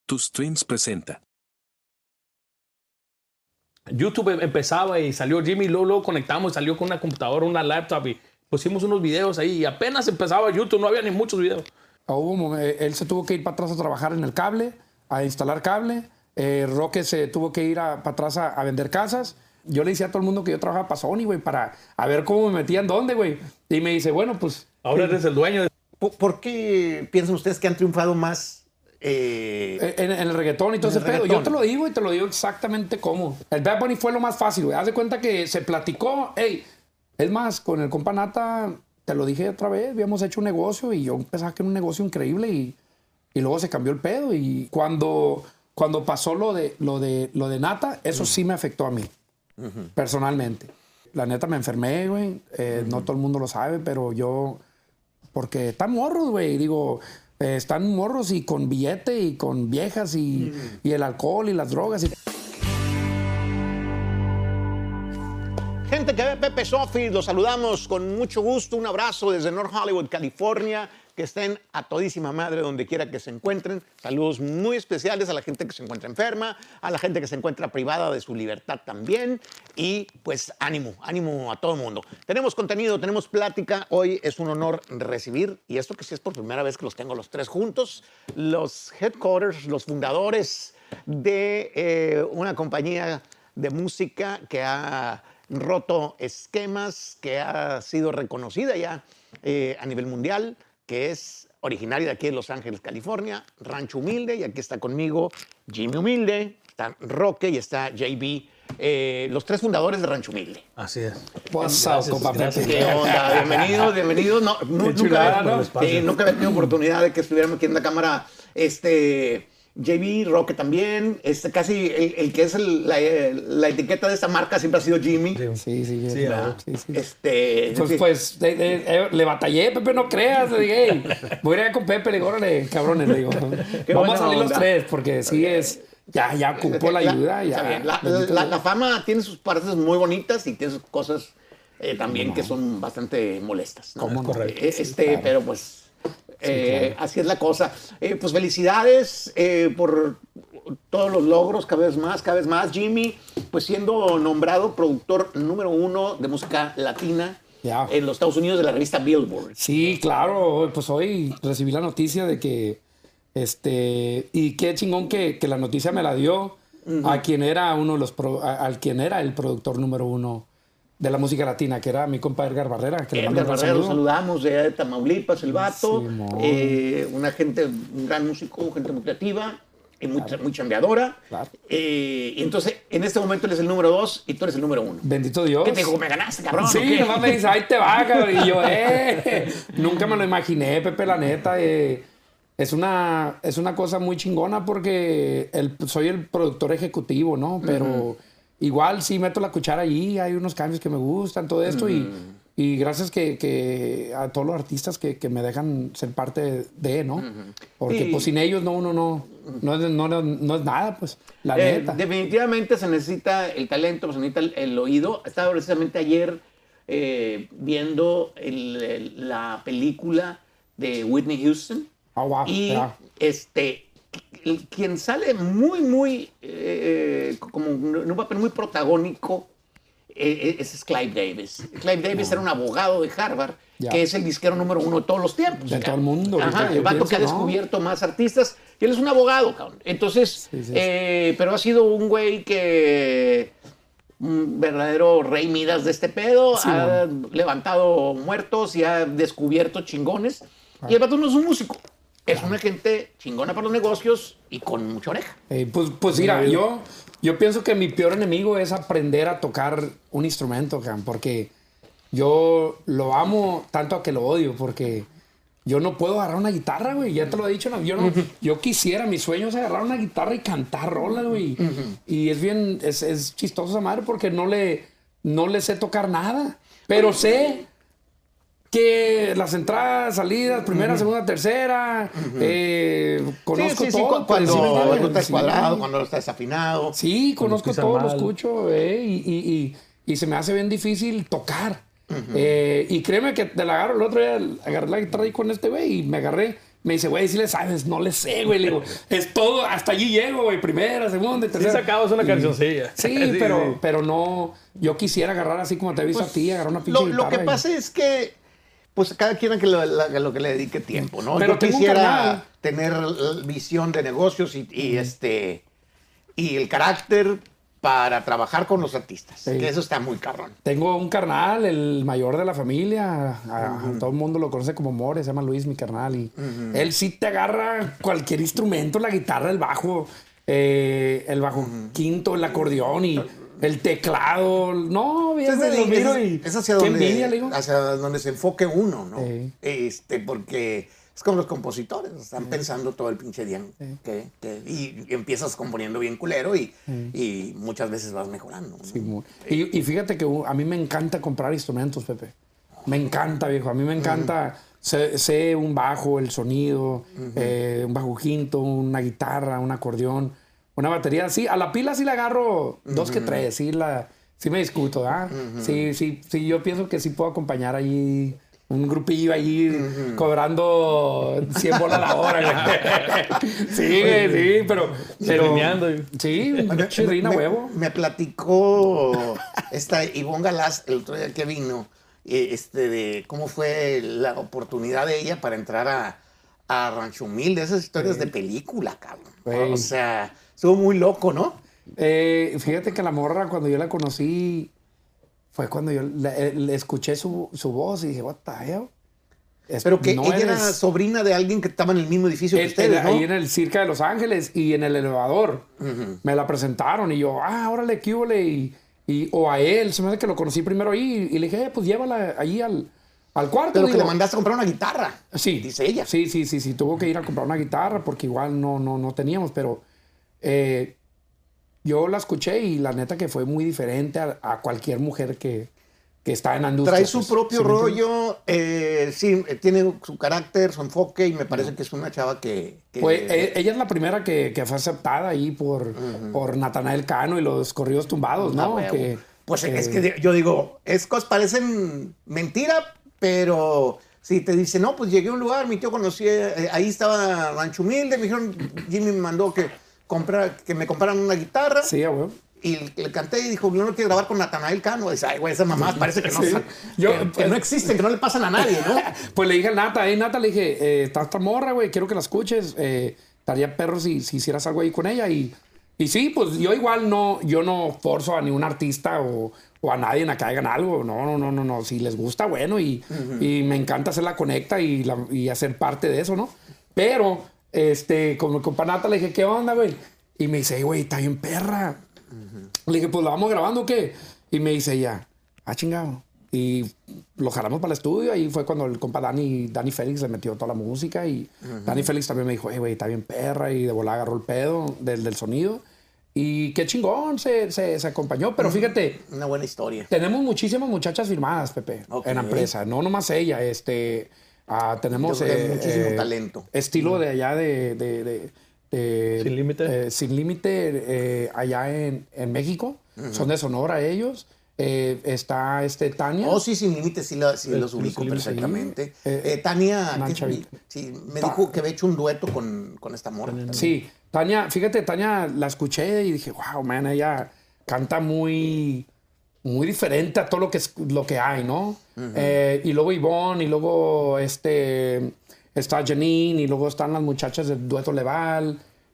Tus Streams presenta. YouTube empezaba y salió Jimmy, luego conectamos y salió con una computadora, una laptop y pusimos unos videos ahí y apenas empezaba YouTube, no había ni muchos videos. Él se tuvo que ir para atrás a trabajar en el cable, a instalar cable. Roque se tuvo que ir para atrás a vender casas. Yo le decía a todo el mundo que yo trabajaba para Sony, güey, para a ver cómo me metían dónde, güey. Y me dice, bueno, pues... Ahora eres el dueño. ¿Por qué piensan ustedes que han triunfado más? En el reggaetón y todo ese pedo. Yo te lo digo y te lo digo exactamente cómo. El Bad Bunny fue lo más fácil, güey. Haz de cuenta que se platicó. Hey, es más, con el compa Nata, te lo dije otra vez, habíamos hecho un negocio y yo empezaba que era un negocio increíble y luego se cambió el pedo. Y cuando pasó lo de Nata, eso sí me afectó a mí, personalmente. La neta me enfermé, güey. No todo el mundo lo sabe, pero yo... Porque están morros, güey. Digo... están morros y con billete y con viejas y el alcohol y las drogas. Gente que ve Pepe Sofis, los saludamos con mucho gusto. Un abrazo desde North Hollywood, California. Que estén a todísima madre donde quiera que se encuentren. Saludos muy especiales a la gente que se encuentra enferma, a la gente que se encuentra privada de su libertad también. Y pues ánimo a todo el mundo. Tenemos contenido, tenemos plática. Hoy es un honor recibir, y esto que sí es por primera vez que los tengo los tres juntos, los headquarters, los fundadores de una compañía de música que ha roto esquemas, que ha sido reconocida ya a nivel mundial, que es originaria de aquí de Los Ángeles, California, Rancho Humilde, y aquí está conmigo Jimmy Humilde, está Roque y está JB, los tres fundadores de Rancho Humilde. Así es. Gracias. ¿Qué onda? Bienvenidos. No, nunca había tenido oportunidad de que estuviéramos aquí en la cámara. JB, Roque también, casi el que es la etiqueta de esta marca siempre ha sido Jimmy. Sí. Pues, le batallé, Pepe, no creas. Le dije, hey, voy a ir con Pepe, le digo, órale, cabrones, le digo. Vamos a salir los tres, porque sí es... Ya ocupó la ayuda. La fama tiene sus partes muy bonitas y tiene sus cosas también que son bastante molestas, ¿no? ¿Cómo no? Correcto. Pero pues... claro. Así es la cosa. Pues felicidades por todos los logros, cada vez más. Jimmy, pues siendo nombrado productor número 1 de música latina en los Estados Unidos de la revista Billboard. Sí, claro. Pues hoy recibí la noticia de que... y qué chingón que la noticia me la dio a quien era quien era el productor número 1 de la música latina, que era mi compa Edgar Barrera. Edgar Barrera, lo saludamos, de Tamaulipas, el vato. Un gran músico, gente muy creativa y muy chambeadora. Claro. Y entonces, en este momento él es el número 2 y tú eres el número 1. Bendito Dios. ¿Qué te dijo? ¿Me ganaste, cabrón? Sí, nomás me dice, ahí te va, cabrón. Y yo, nunca me lo imaginé, Pepe, la neta. Es una cosa muy chingona porque soy el productor ejecutivo, ¿no? Pero... Igual sí meto la cuchara allí, hay unos cambios que me gustan, todo esto, y gracias que a todos los artistas que me dejan ser parte de, ¿no? Porque pues sin ellos no es nada, pues, la neta. Definitivamente se necesita el talento, se necesita el oído. Estaba precisamente ayer viendo la película de Whitney Houston. Oh, wow. Y quien sale muy como en un papel muy protagónico es Clive Davis. Clive Davis era un abogado de Harvard, que es el disquero número 1 de todos los tiempos. De todo el mundo. El vato que ha descubierto más artistas. Y él es un abogado, cabrón. Entonces, pero ha sido un güey que... un verdadero rey Midas de este pedo. Ha levantado muertos y ha descubierto chingones. Y el vato no es un músico. Es una gente chingona para los negocios y con mucha oreja. Pues mira, yo pienso que mi peor enemigo es aprender a tocar un instrumento, porque yo lo amo tanto a que lo odio, porque yo no puedo agarrar una guitarra, güey. Ya te lo he dicho. Yo quisiera, mi sueño es agarrar una guitarra y cantar rolas, güey. Y es chistoso esa madre porque no le sé tocar nada. Pero sé... que las entradas, salidas, primera, segunda, tercera, conozco todo. Cuando no estás cuadrado, cuando no estás desafinado. Sí, conozco todo, lo escucho, y se me hace bien difícil tocar. Y créeme que te la agarro el otro día, agarré la guitarra ahí con este güey y me agarré Me dice, güey, ¿sí le sabes? No le sé, güey. Le digo, es todo, hasta allí llego, güey. Primera, segunda, tercera. Sí sacabas una cancioncilla. Sí, pero no... Yo quisiera agarrar así como te he visto Pues, a ti, agarrar una pinche Lo que pasa es que, pues, cada quien a lo que le dedique tiempo, ¿no? Pero yo tengo un quisiera canal. tener visión de negocios y el carácter para trabajar con los artistas. Sí. Que eso está muy cabrón. Tengo un carnal, el mayor de la familia. A todo el mundo lo conoce como More, se llama Luis, mi carnal. Y él sí te agarra cualquier instrumento, la guitarra, el bajo quinto, el acordeón y el teclado. No, bien, lo miro y es hacia qué envidia, le digo. hacia donde se enfoque uno, ¿no? Sí. Porque es como los compositores, están pensando todo el pinche día. Y empiezas componiendo bien culero y muchas veces vas mejorando, ¿no? Sí, y fíjate que a mí me encanta comprar instrumentos, Pepe. Me encanta, viejo. A mí me encanta. Sé un bajo, el sonido, un bajo quinto, una guitarra, un acordeón, una batería. Sí, a la pila sí la agarro 2 que 3. Sí me discuto, ¿ah? Sí, yo pienso que sí puedo acompañar ahí un grupillo allí cobrando 100 bolas a la hora. Sí, pero sí, chirrina huevo. Me platicó esta Ivonne Galás el otro día que vino, de cómo fue la oportunidad de ella para entrar a Rancho Humilde, esas historias de película, cabrón. O sea, estuvo muy loco, ¿no? Fíjate que la morra, cuando yo la conocí, fue cuando yo le escuché su voz y dije, what the hell? Pero que ella era sobrina de alguien que estaba en el mismo edificio que ustedes, ¿no? Ahí en el Circa de Los Ángeles y en el elevador. Me la presentaron y yo, órale, qué húbole. O a él, se me hace que lo conocí primero ahí y le dije, pues llévala allí al cuarto. Pero que le mandaste a comprar una guitarra. Sí. Dice ella. Sí. Tuvo que ir a comprar una guitarra porque igual no teníamos, pero yo la escuché y la neta que fue muy diferente a cualquier mujer que está en la industria. Trae su propio rollo, tiene su carácter, su enfoque y me parece que es una chava que... Pues ella es la primera que fue aceptada ahí por Natanael Cano y los corridos tumbados, ¿no? Es que yo digo, cosas parecen mentira, pero si te dice, no, pues llegué a un lugar, mi tío conocí, ahí estaba Rancho Humilde, me dijeron, Jimmy me mandó que me compraran una guitarra. Sí, güey. Y le canté y dijo, yo no quiero grabar con Natanael Cano. Dice, ay, güey, esas mamás parece que no, que no existen, que no le pasan a nadie, ¿no? Pues le dije a Nata, le dije, está esta morra, güey, quiero que la escuches. Estaría perro si hicieras algo ahí con ella. Y sí, pues yo igual yo no forzo a ningún artista o a nadie a que hagan algo. No. Si les gusta, bueno. Y me encanta hacer la conecta y hacer parte de eso, ¿no? Pero, como el compa Nata, le dije, ¿qué onda, güey? Y me dice, güey, está bien perra. Le dije, pues, ¿la vamos grabando o qué? Y me dice ella, chingado. Y lo jalamos para el estudio. Ahí fue cuando el compa Dani Félix le metió toda la música. Y Dani Félix también me dijo, güey, está bien perra. Y de volada agarró el pedo del sonido. Y qué chingón se acompañó. Pero fíjate. Una buena historia. Tenemos muchísimas muchachas firmadas, Pepe, en la empresa. No nomás ella. Tenemos muchísimo talento. Estilo de allá Sin Límite. Sin Límite allá en México. Son de Sonora ellos. Está Tania. Oh, sí, Sin Límite, sí los ubico perfectamente. Tania, me dijo que había hecho un dueto con esta morra. Sí, Tania, fíjate, Tania la escuché y dije, wow, man, ella canta muy diferente a todo lo que hay, ¿no? Y luego Ivonne, y luego está Janine, y luego están las muchachas del dueto Leval.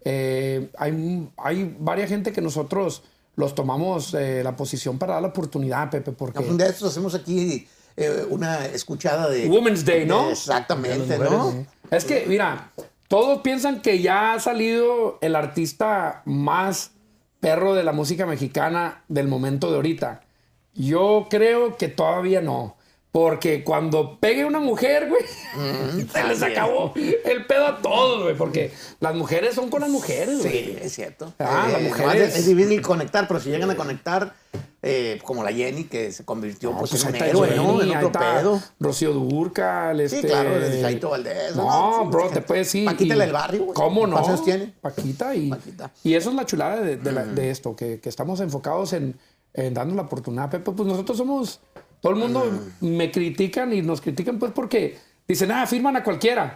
Hay varias gente que nosotros los tomamos la posición para dar la oportunidad, Pepe, porque... Un día de estos hacemos aquí una escuchada de... Women's Day, ¿no? Exactamente, ¿no? Es que, mira, todos piensan que ya ha salido el artista más perro de la música mexicana del momento de ahorita. Yo creo que todavía no. Porque cuando pegue una mujer, güey, se les acabó el pedo a todos, güey. Porque las mujeres son con las mujeres, güey. Sí, es cierto. Las mujeres... Es difícil conectar, pero si llegan a conectar, como la Jenny, que se convirtió en un héroe, ¿no? En otro pedo. Rocío Dúrcal, Sí, claro, desde Chaito Valdés. No, bro, te puedes ir. Paquita la del barrio, güey. ¿Cómo no? ¿Cuántos años tiene? Paquita. Y eso es la chulada de esto, que estamos enfocados en dando la oportunidad, Pepe. Pues nosotros somos... Todo el mundo me critican y nos critican pues porque dicen, firman a cualquiera.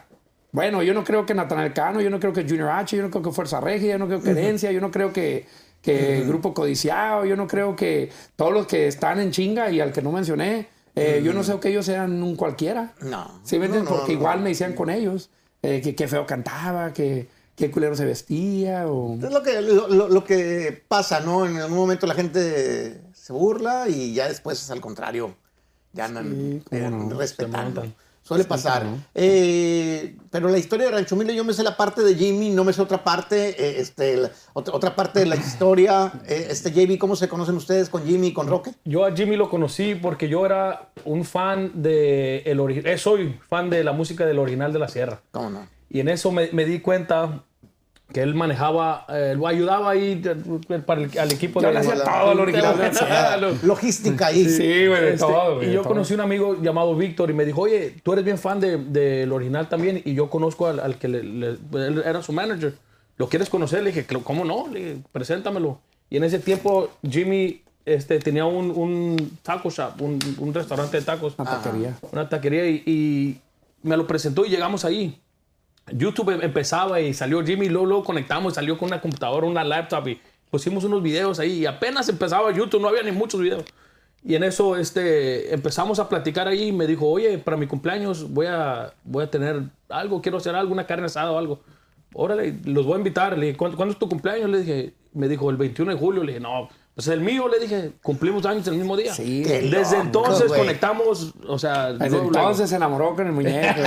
Bueno, yo no creo que Natanael Cano, yo no creo que Junior H, yo no creo que Fuerza Regia, yo no creo que Herencia, yo no creo que Grupo Codiciado, yo no creo que todos los que están en chinga y al que no mencioné, yo no sé que ellos sean un cualquiera. No. ¿Sí me entiendes? Porque igual me decían con ellos que feo cantaba, que culero se vestía. Es lo que pasa, ¿no? En algún momento la gente se burla y ya después es al contrario. Ya andan respetando. Suele pasar. ¿No? Pero la historia de Rancho Humilde, yo me sé la parte de Jimmy, no me sé otra parte, otra parte de la historia. JB, ¿cómo se conocen ustedes con Jimmy y con Roque? Yo a Jimmy lo conocí porque yo era un fan de soy fan de la música del Original de la Sierra. ¿Cómo no? Y en eso me di cuenta que él manejaba, ayudaba ahí al equipo de la todo el Original. Logística ahí. Sí, güey, todo. Güey, y yo conocí un amigo llamado Víctor y me dijo, oye, tú eres bien fan del Original también, y yo conozco al que él era su manager. ¿Lo quieres conocer? Le dije, ¿cómo no? Le dije, preséntamelo. Y en ese tiempo Jimmy tenía un taco shop, un restaurante de tacos. Una taquería y me lo presentó y llegamos ahí. YouTube empezaba y salió Jimmy, luego conectamos, salió con una computadora, una laptop y pusimos unos videos ahí y apenas empezaba YouTube, no había ni muchos videos. Y en eso empezamos a platicar ahí y me dijo, oye, para mi cumpleaños voy a tener algo, quiero hacer algo, una carne asada o algo. Órale, los voy a invitar. Le dije, ¿cuándo es tu cumpleaños? Le dije, me dijo, el 21 de julio. Le dije, no, pues el mío, le dije, cumplimos años el mismo día. Sí, desde entonces conectamos, o sea... Desde entonces se enamoró con el muñeco.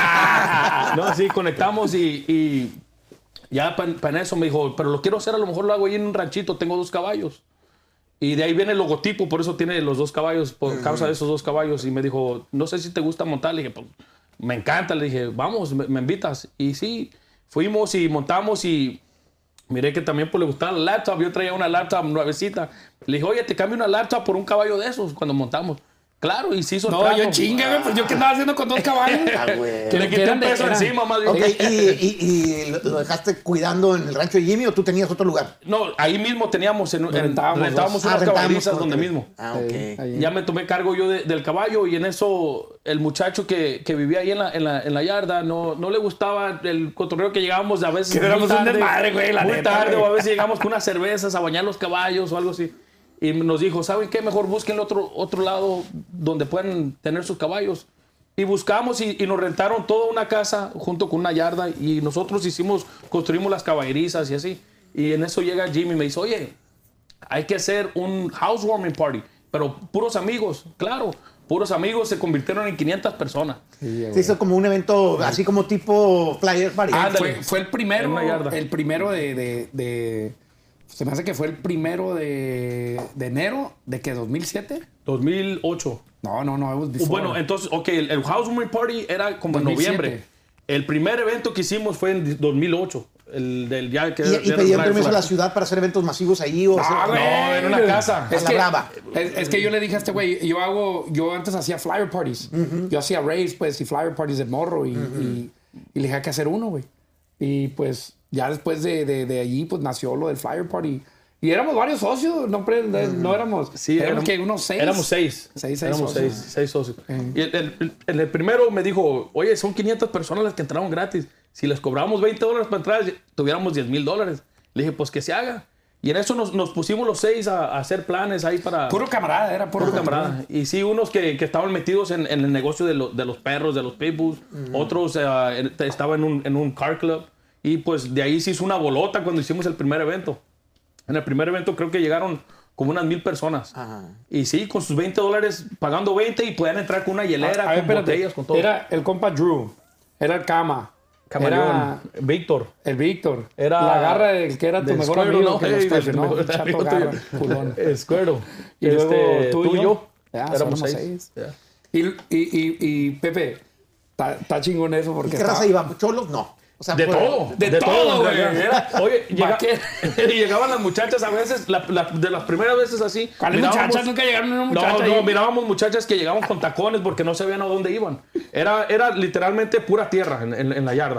No, sí, conectamos y ya para eso me dijo, pero lo quiero hacer, a lo mejor lo hago ahí en un ranchito, tengo 2 caballos. Y de ahí viene el logotipo, por eso tiene los 2 caballos, por causa de esos 2 caballos. Y me dijo, no sé si te gusta montar. Le dije, pues, me encanta. Le dije, vamos, me invitas. Y sí, fuimos y montamos y... Miré que también pues, le gustaba la laptop. Yo traía una laptop nuevecita. Le dije, oye, te cambio una laptop por un caballo de esos cuando montamos. Claro, y sí hizo No, yo chingue, pues yo qué estaba haciendo con 2 caballos. Que le quité un peso encima, más bien. Okay. ¿Y lo dejaste cuidando en el rancho de Jimmy o tú tenías otro lugar? No, ahí mismo teníamos, rentábamos unas caballerizas donde mismo. Okay. Ya me tomé cargo yo del caballo y en eso el muchacho que vivía ahí en la yarda no le gustaba el cotorreo que llegábamos a veces. Que éramos un desmadre, güey, muy tarde, o a veces llegamos con unas cervezas a bañar los caballos o algo así. Y nos dijo, ¿saben qué? Mejor busquen otro lado donde puedan tener sus caballos. Y buscamos y nos rentaron toda una casa junto con una yarda. Y nosotros construimos las caballerizas y así. Y en eso llega Jimmy y me dice, oye, hay que hacer un housewarming party. Pero puros amigos, claro. Puros amigos, se convirtieron en 500 personas. Sí, se hizo como un evento así como tipo flyer party. Fue el primero, se me hace que fue el 1 de enero de que 2007. 2008. No, bueno, entonces, ok, el housewarming party era como 2007. En noviembre. El primer evento que hicimos fue en 2008. ¿Y pedían permiso a la ciudad para hacer eventos masivos ahí? No, en una casa. Es que yo le dije a este güey, yo antes hacía flyer parties. Yo hacía raves, pues, y flyer parties de morro. Y le dije, hay que hacer uno, güey. Y pues... Ya después de allí, pues nació lo del Flyer Party. Y éramos varios socios, no éramos... Sí, éramos que unos 6. Éramos 6. Éramos 6 socios. Y el primero me dijo, oye, son 500 personas las que entraron gratis. Si les cobrábamos $20 para entrar, tuviéramos $10,000. Le dije, pues que se haga. Y en eso nos pusimos los 6 a hacer planes ahí para... Puro camarada, era puro camarada. Y sí, unos que estaban metidos en el negocio de los perros, de los pitbulls. Otros estaban en un car club. Y pues de ahí se hizo una bolota cuando hicimos el primer evento. En el primer evento creo que llegaron como unas 1,000 personas. Ajá. Y sí, con sus $20, pagando 20 y podían entrar con una hielera, con botellas, con todo. Era el compa Drew, era el Cama. Era Víctor. El Víctor. Era la garra del que era tu mejor amigo. No, que los traicionó. Chato garra, culón. Squirtle. Y luego tú y yo. Éramos 6. Y Pepe, está chingón eso porque... ¿Y qué raza iba? ¿Cholos? No. O sea, de todo, güey. Oye, llegaban las muchachas a veces, de las primeras veces así. ¿Cuáles muchachas? Nunca llegaron una muchacha. No, mirábamos muchachas que llegaban con tacones porque no sabían a dónde iban. Era literalmente pura tierra en la yarda.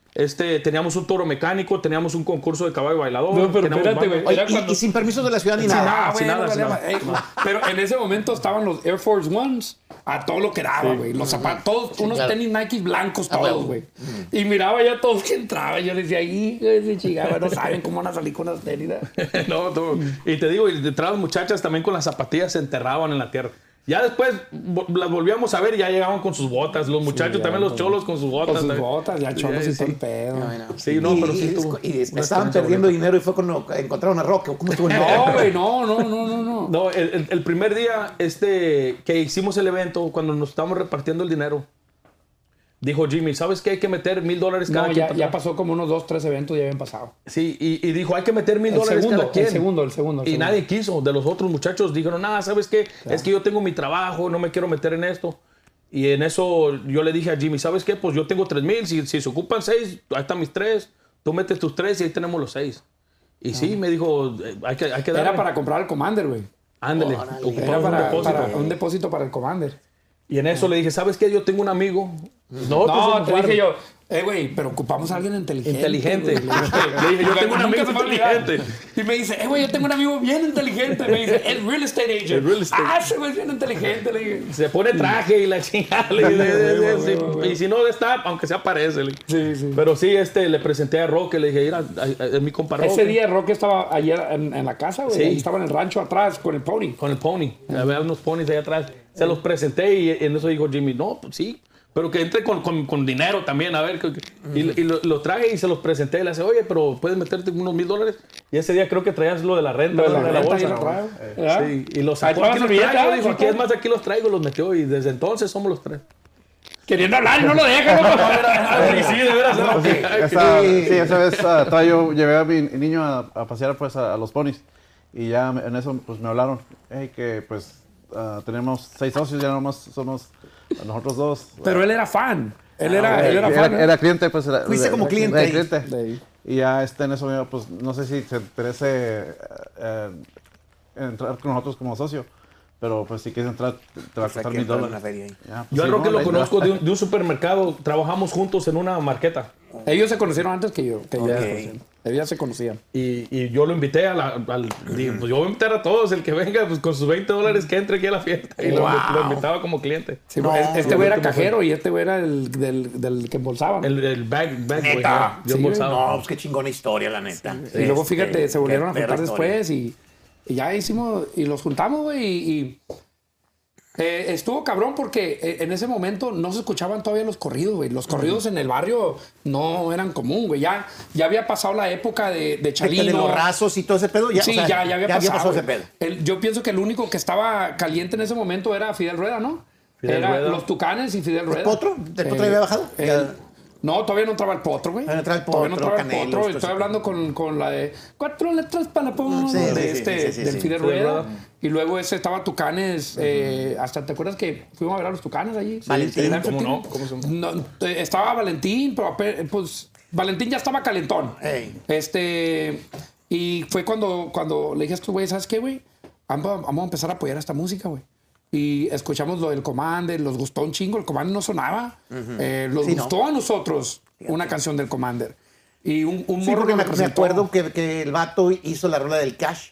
teníamos un toro mecánico, teníamos un concurso de caballo bailador. No, pero espérate, güey. Y sin permiso de la ciudad ni nada. Sin nada. Pero en ese momento estaban los Air Force Ones a todo lo que daba, güey. Los zapatos, todos, unos tenis Nike blancos todos, güey. Y miraba ya todos que entraban. Yo les decía, ese chingada, no saben cómo van a salir con las tenis. No, y te digo, y detrás las muchachas también con las zapatillas se enterraban en la tierra. Ya después las volvíamos a ver y ya llegaban con sus botas. Los muchachos también, los cholos con sus botas. Con sus botas, ya cholos y todo el pedo. Sí, no, pero sí tuvo. Y estaban perdiendo dinero y fue cuando encontraron a Roque. ¿Cómo estuvo? No, güey, no. No, el primer día que hicimos el evento, cuando nos estábamos repartiendo el dinero, dijo Jimmy, ¿sabes qué? Hay que meter $1,000 cada quien. Ya pasó como unos 2, 3 eventos, ya habían pasado. Sí, y dijo, hay que meter $1,000 cada quien. El segundo. Y nadie quiso. De los otros muchachos dijeron, nada, ¿sabes qué? Claro. Es que yo tengo mi trabajo, no me quiero meter en esto. Y en eso yo le dije a Jimmy, ¿sabes qué? Pues yo tengo 3,000. Si se ocupan 6, ahí están mis 3. Tú metes tus 3 y ahí tenemos los 6. Y sí, me dijo, hay que darle. Era para comprar el Commander, güey. Ándale. Era para un depósito para el Commander. Y en eso le dije, ¿sabes qué? Yo tengo un amigo. No, te dije yo, güey, pero ocupamos a alguien inteligente. Le dije, yo tengo un amigo inteligente. Y me dice, güey, yo tengo un amigo bien inteligente. Me dice, es real estate agent. Ese güey es bien inteligente. Le dije. Se pone traje y la chingada. Y si no está, aunque sea parece. Sí. Pero sí, le presenté a Roque, le dije, mira, es mi compa Roque. Ese día Roque estaba ayer en la casa, güey. Sí. Estaba en el rancho atrás con el pony. Había unos ponis ahí atrás. Se los presenté y en eso dijo Jimmy, no, pues sí. Pero que entre con dinero también, a ver. Y lo traje y se los presenté. Y le dice, oye, pero puedes meterte unos $1,000. Y ese día creo que traías lo de la renta, de la bolsa. Sí, y los sacó. Aquí los traigo, dijo, aquí es más, aquí los traigo, los metió. Y desde entonces somos los 3. Queriendo hablar y no lo dejan. Sí, de veras. Esa vez todavía yo llevé a mi niño a pasear pues a los ponis. Y ya en eso pues me hablaron, que pues tenemos 6 socios, ya nomás somos nosotros 2. Pero él era fan. Él era fan. Era cliente, pues. Fuiste como cliente. Y ya en eso, pues, no sé si te interese entrar con nosotros como socio. Pero pues si quieres entrar, te va a costar $1,000. Yo a Roque lo conozco de un supermercado. Trabajamos juntos en una marqueta. Ellos se conocieron antes que yo. Ellos ya se conocían. Y yo lo invité digo, pues yo voy a invitar a todos. El que venga pues, con sus $20 que entre aquí a la fiesta. Y lo invitaba como cliente. Sí, este güey era cajero y este güey era el del que embolsaban. El bag neta. Yo embolsaba. No, pues qué chingona historia, la neta. Y luego, fíjate, se volvieron a juntar después y ya hicimos, y los juntamos, güey, y estuvo cabrón porque en ese momento no se escuchaban todavía los corridos, güey. Los corridos en el barrio no eran común, güey. Ya había pasado la época de Chalino. De los rasos y todo ese pedo. Sí, ya había pasado ese pedo. Yo pienso que el único que estaba caliente en ese momento era Fidel Rueda, ¿no? Era Los Tucanes y Fidel Rueda. ¿El Potro? ¿El Potro había bajado? No, todavía no entraba el Potro, güey. Todavía no entraba el Potro. Estoy hablando con la de 4 letras para la pongo del Fidel Rueda. Y luego estaba Tucanes. Hasta te acuerdas que fuimos a ver a los Tucanes allí. Valentín. ¿Cómo no? Estaba Valentín, pero pues Valentín ya estaba calentón. Y fue cuando le dije a estos güey, ¿sabes qué, güey? Vamos a empezar a apoyar esta música, güey. Y escuchamos lo del Commander, nos gustó un chingo, el Commander no sonaba. Nos gustó a nosotros una canción del Commander. Y un morro que me acuerdo que el vato hizo la rola del Cash.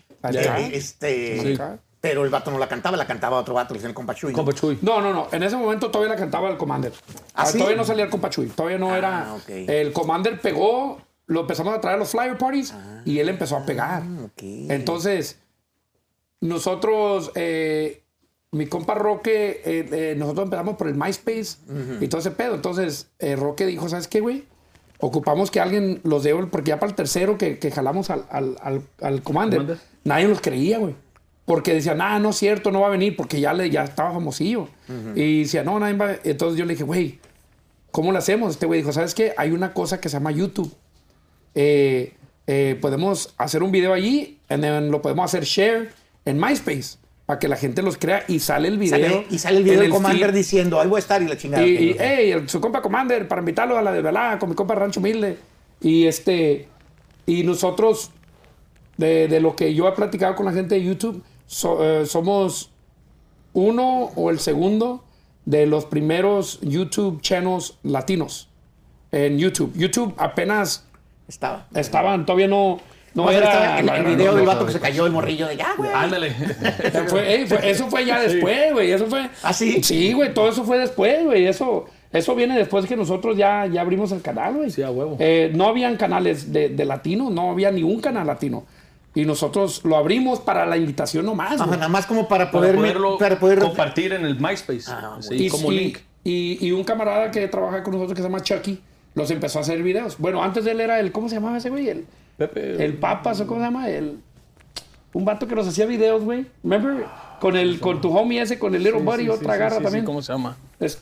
Pero el vato no la cantaba otro vato, que es el Compa Chuy. No. En ese momento todavía la cantaba el Commander. ¿Sí? Todavía no salía el Compa Chuy. Todavía no era. Okay. El Commander pegó, lo empezamos a traer a los flyer parties y él empezó a pegar. Entonces, nosotros. Mi compa Roque, nosotros empezamos por el MySpace y todo ese pedo. Entonces, Roque dijo, ¿sabes qué, güey? Ocupamos que alguien los dé, porque ya para el tercero que jalamos al Commander, nadie los creía, güey. Porque decían, no es cierto, no va a venir, porque ya estaba famosillo. Y decía, no, nadie va. Entonces yo le dije, güey, ¿cómo lo hacemos? Este güey dijo, ¿sabes qué? Hay una cosa que se llama YouTube. Podemos hacer un video allí, lo podemos hacer share en MySpace. Para que la gente los crea y sale el video. Sale el video del Commander diciendo, ahí voy a estar y la chingada. Su compa Commander, para invitarlo a la desvelada con mi compa Rancho Humilde. Y nosotros, de lo que yo he platicado con la gente de YouTube, somos uno o el segundo de los primeros YouTube channels latinos. En YouTube. YouTube apenas estaban, todavía no era... El video del vato que se cayó el morrillo de ya, güey. Ándale. Eso fue ya después, güey. Eso fue... ¿Ah, sí? Sí, güey, todo eso fue después, güey. Eso viene después que nosotros ya abrimos el canal, güey. Sí, a huevo. No habían canales de latino, no había ni un canal latino. Y nosotros lo abrimos para la invitación nomás, güey. Nada más como para poder compartir en el MySpace. Sí, como link. Y un camarada que trabaja con nosotros que se llama Chucky, los empezó a hacer videos. Bueno, antes de él era ¿cómo se llamaba ese güey? Pepe. El Papas, ¿o cómo se llama? Un vato que nos hacía videos, güey. ¿Remember? Con tu homie ese, con el Little Buddy, otra garra también. ¿Cómo se llama?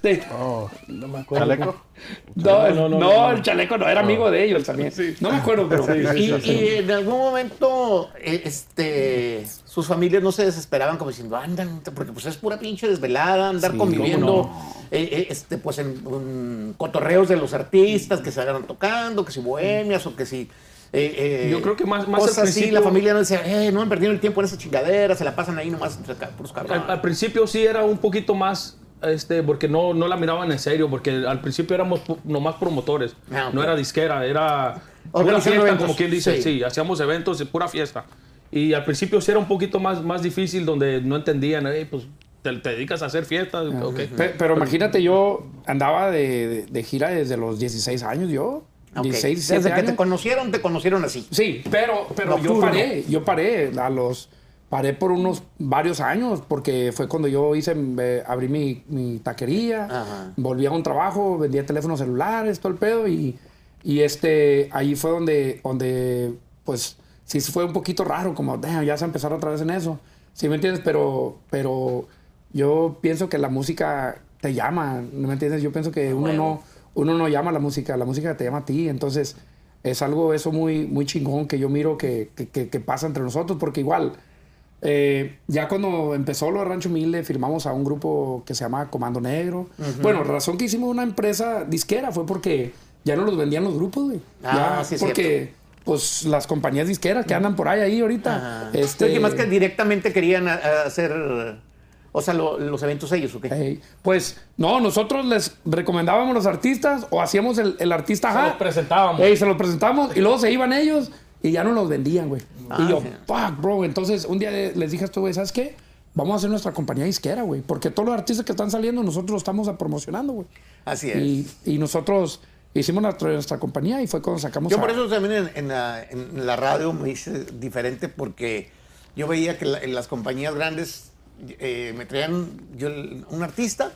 No me acuerdo. ¿Chaleco? No, el Chaleco no, era amigo de ellos también. No me acuerdo, pero... Y en algún momento, sus familias no se desesperaban como diciendo, andan, porque pues es pura pinche desvelada, andar conviviendo, pues en cotorreos de los artistas que se hagan tocando, que si bohemias o que si... yo creo que más cosas al principio, así, la familia no decía, no han perdido el tiempo en esa chingadera, se la pasan ahí nomás entre puros cabrones. Al principio sí era un poquito más, porque no la miraban en serio, porque al principio éramos nomás promotores, no era disquera, era pura fiesta, eventos, como quien dice, sí, hacíamos eventos de pura fiesta. Y al principio sí era un poquito más difícil, donde no entendían, pues te dedicas a hacer fiestas. Okay. Pero imagínate, yo andaba de gira desde los 16 años, yo. 16, desde que años. te conocieron así. Sí, pero yo paré por varios años, porque fue cuando yo abrí mi taquería, volví a un trabajo, vendía teléfonos celulares, todo el pedo, y ahí fue donde pues sí fue un poquito raro, como ya se empezaron otra vez en eso, ¿sí me entiendes? Pero yo pienso que la música te llama, ¿no me entiendes? Yo pienso que uno no llama a la música te llama a ti. Entonces, es algo eso muy, muy chingón que yo miro que pasa entre nosotros, porque igual, ya cuando empezó lo de Rancho Humilde, firmamos a un grupo que se llama Comando Negro. Bueno, la razón que hicimos una empresa disquera fue porque ya no los vendían los grupos, güey. Sí, porque, pues, las compañías disqueras que andan por ahí ahorita. Que más que directamente querían hacer... O sea, los eventos ellos, ¿o qué? Pues, no, nosotros les recomendábamos a los artistas o hacíamos el artista... Se los presentábamos. Se los presentábamos y luego se iban ellos y ya no los vendían, güey. Y yo, fuck, bro. Entonces, un día les dije a estos güey, ¿sabes qué? Vamos a hacer nuestra compañía disquera, güey. Porque todos los artistas que están saliendo, nosotros los estamos promocionando, güey. Así es. Y nosotros hicimos nuestra compañía y fue cuando sacamos... Yo por eso también en la radio me hice diferente, porque yo veía que en las compañías grandes... me traían un artista,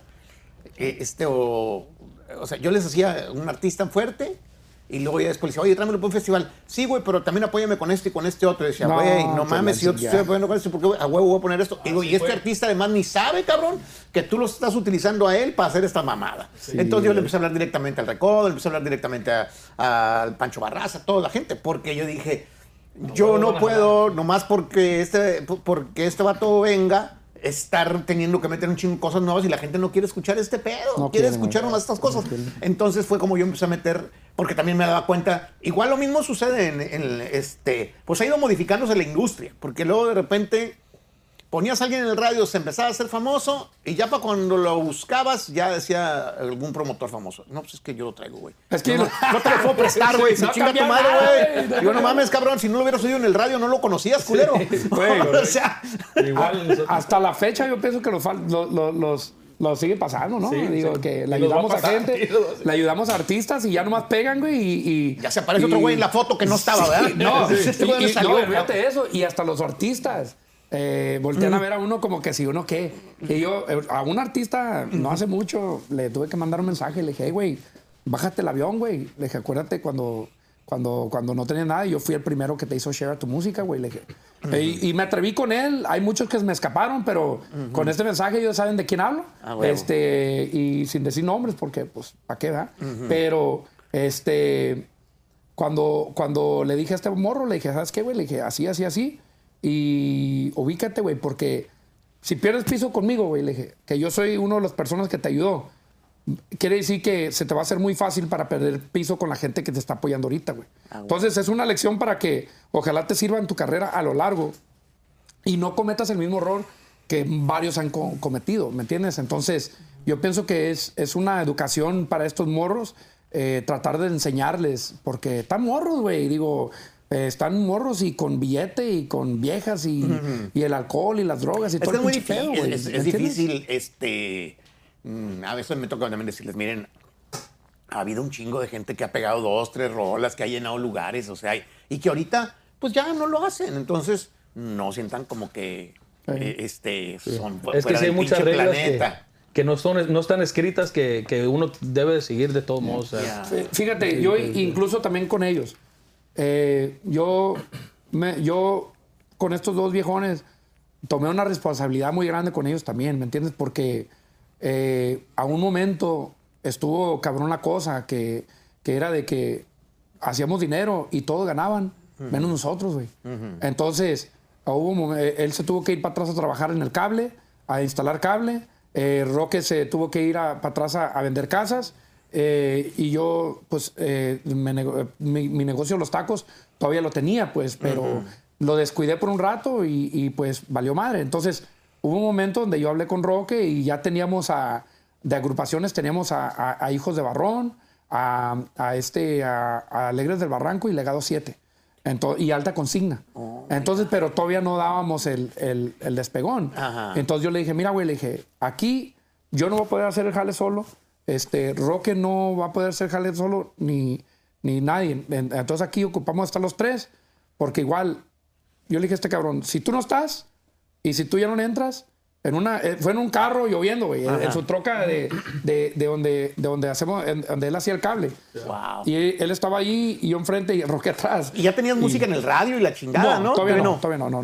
o sea, yo les hacía un artista fuerte y luego ya después decía, oye, tráemelo para un festival. Sí, güey, pero también apóyame con este y con este otro. Y decía, güey, no mames, si yo te estoy apoyando con este, porque a huevo voy a poner esto. Y digo, y este artista además ni sabe, cabrón, que tú lo estás utilizando a él para hacer esta mamada. Sí. Entonces yo le empecé a hablar directamente al Recodo, le empecé a hablar directamente al Pancho Barraza, a toda la gente, porque yo dije, yo no puedo, nomás porque este vato venga, estar teniendo que meter un chingo de cosas nuevas y la gente no quiere escuchar este pedo, no quiere escuchar nomás estas cosas. Entonces fue como yo empecé a meter, porque también me daba cuenta, igual lo mismo sucede pues ha ido modificándose la industria, porque luego de repente ponías a alguien en el radio, se empezaba a hacer famoso y ya para cuando lo buscabas ya decía algún promotor famoso. No, pues es que yo lo traigo, güey. Es que no te lo puedo prestar, güey. Se chinga tu madre, güey. Yo no mames, cabrón, si no lo hubieras oído en el radio no lo conocías, culero. O sea, igual hasta la fecha yo pienso que los sigue pasando, ¿no? Sí, digo, que le ayudamos a gente, le ayudamos a artistas y ya nomás pegan, güey, y ya se aparece otro güey en la foto que no estaba, ¿verdad? No, fíjate eso. Y hasta los artistas voltean a ver a uno como que si uno qué. Y yo a un artista no hace mucho le tuve que mandar un mensaje. Le dije, hey, güey, bájate el avión, güey. Le dije, acuérdate cuando no tenía nada y yo fui el primero que te hizo share tu música, güey. Le dije, y me atreví con él. Hay muchos que me escaparon, pero con este mensaje ellos saben de quién hablo. Y sin decir nombres, porque pues ¿para qué, verdad? Pero cuando le dije a este morro, le dije, ¿sabes qué, güey? Le dije, así. Y ubícate, güey, porque si pierdes piso conmigo, güey, le dije, que yo soy una de las personas que te ayudó, quiere decir que se te va a hacer muy fácil para perder piso con la gente que te está apoyando ahorita, güey. Entonces es una lección para que ojalá te sirva en tu carrera a lo largo y no cometas el mismo error que varios han cometido, ¿me entiendes? Entonces yo pienso que es una educación para estos morros tratar de enseñarles, porque están morros, güey, digo, están morros y con billete y con viejas y el alcohol y las drogas y todo el pinche pedo, güey. Es difícil, a veces me toca también decirles, miren, ha habido un chingo de gente que ha pegado 2, 3 rolas, que ha llenado lugares, o sea, y que ahorita, pues ya no lo hacen, entonces no sientan como que, son es que sí hay muchas reglas que no están escritas que uno debe de seguir de todos modos. O sea. Fíjate, yo incluso también con ellos, yo con estos 2 viejones tomé una responsabilidad muy grande con ellos también, ¿me entiendes? Porque a un momento estuvo cabrón la cosa que era de que hacíamos dinero y todos ganaban, menos nosotros, güey. Entonces, él se tuvo que ir para atrás a trabajar en el cable, a instalar cable. Roque se tuvo que ir para atrás a vender casas. Y yo, pues, mi negocio de los tacos todavía lo tenía, pues, pero lo descuidé por un rato y pues valió madre. Entonces, hubo un momento donde yo hablé con Roque y ya teníamos de agrupaciones, teníamos a Hijos de Barrón, a Alegres del Barranco y Legado 7. Y Alta Consigna. Entonces, pero todavía no dábamos el despegón. Entonces yo le dije, mira, güey, le dije, aquí yo no voy a poder hacer el jale solo. Roque no va a poder hacer jale solo, ni nadie. Entonces aquí ocupamos estar los 3, porque igual, yo le dije a este cabrón, si tú no estás y si tú ya no le entras, fue en un carro lloviendo, güey, en su troca de donde él hacía el cable. Wow. Y él estaba allí y yo enfrente y Roque atrás. ¿Y ya tenías música en el radio y la chingada, no? Todavía no.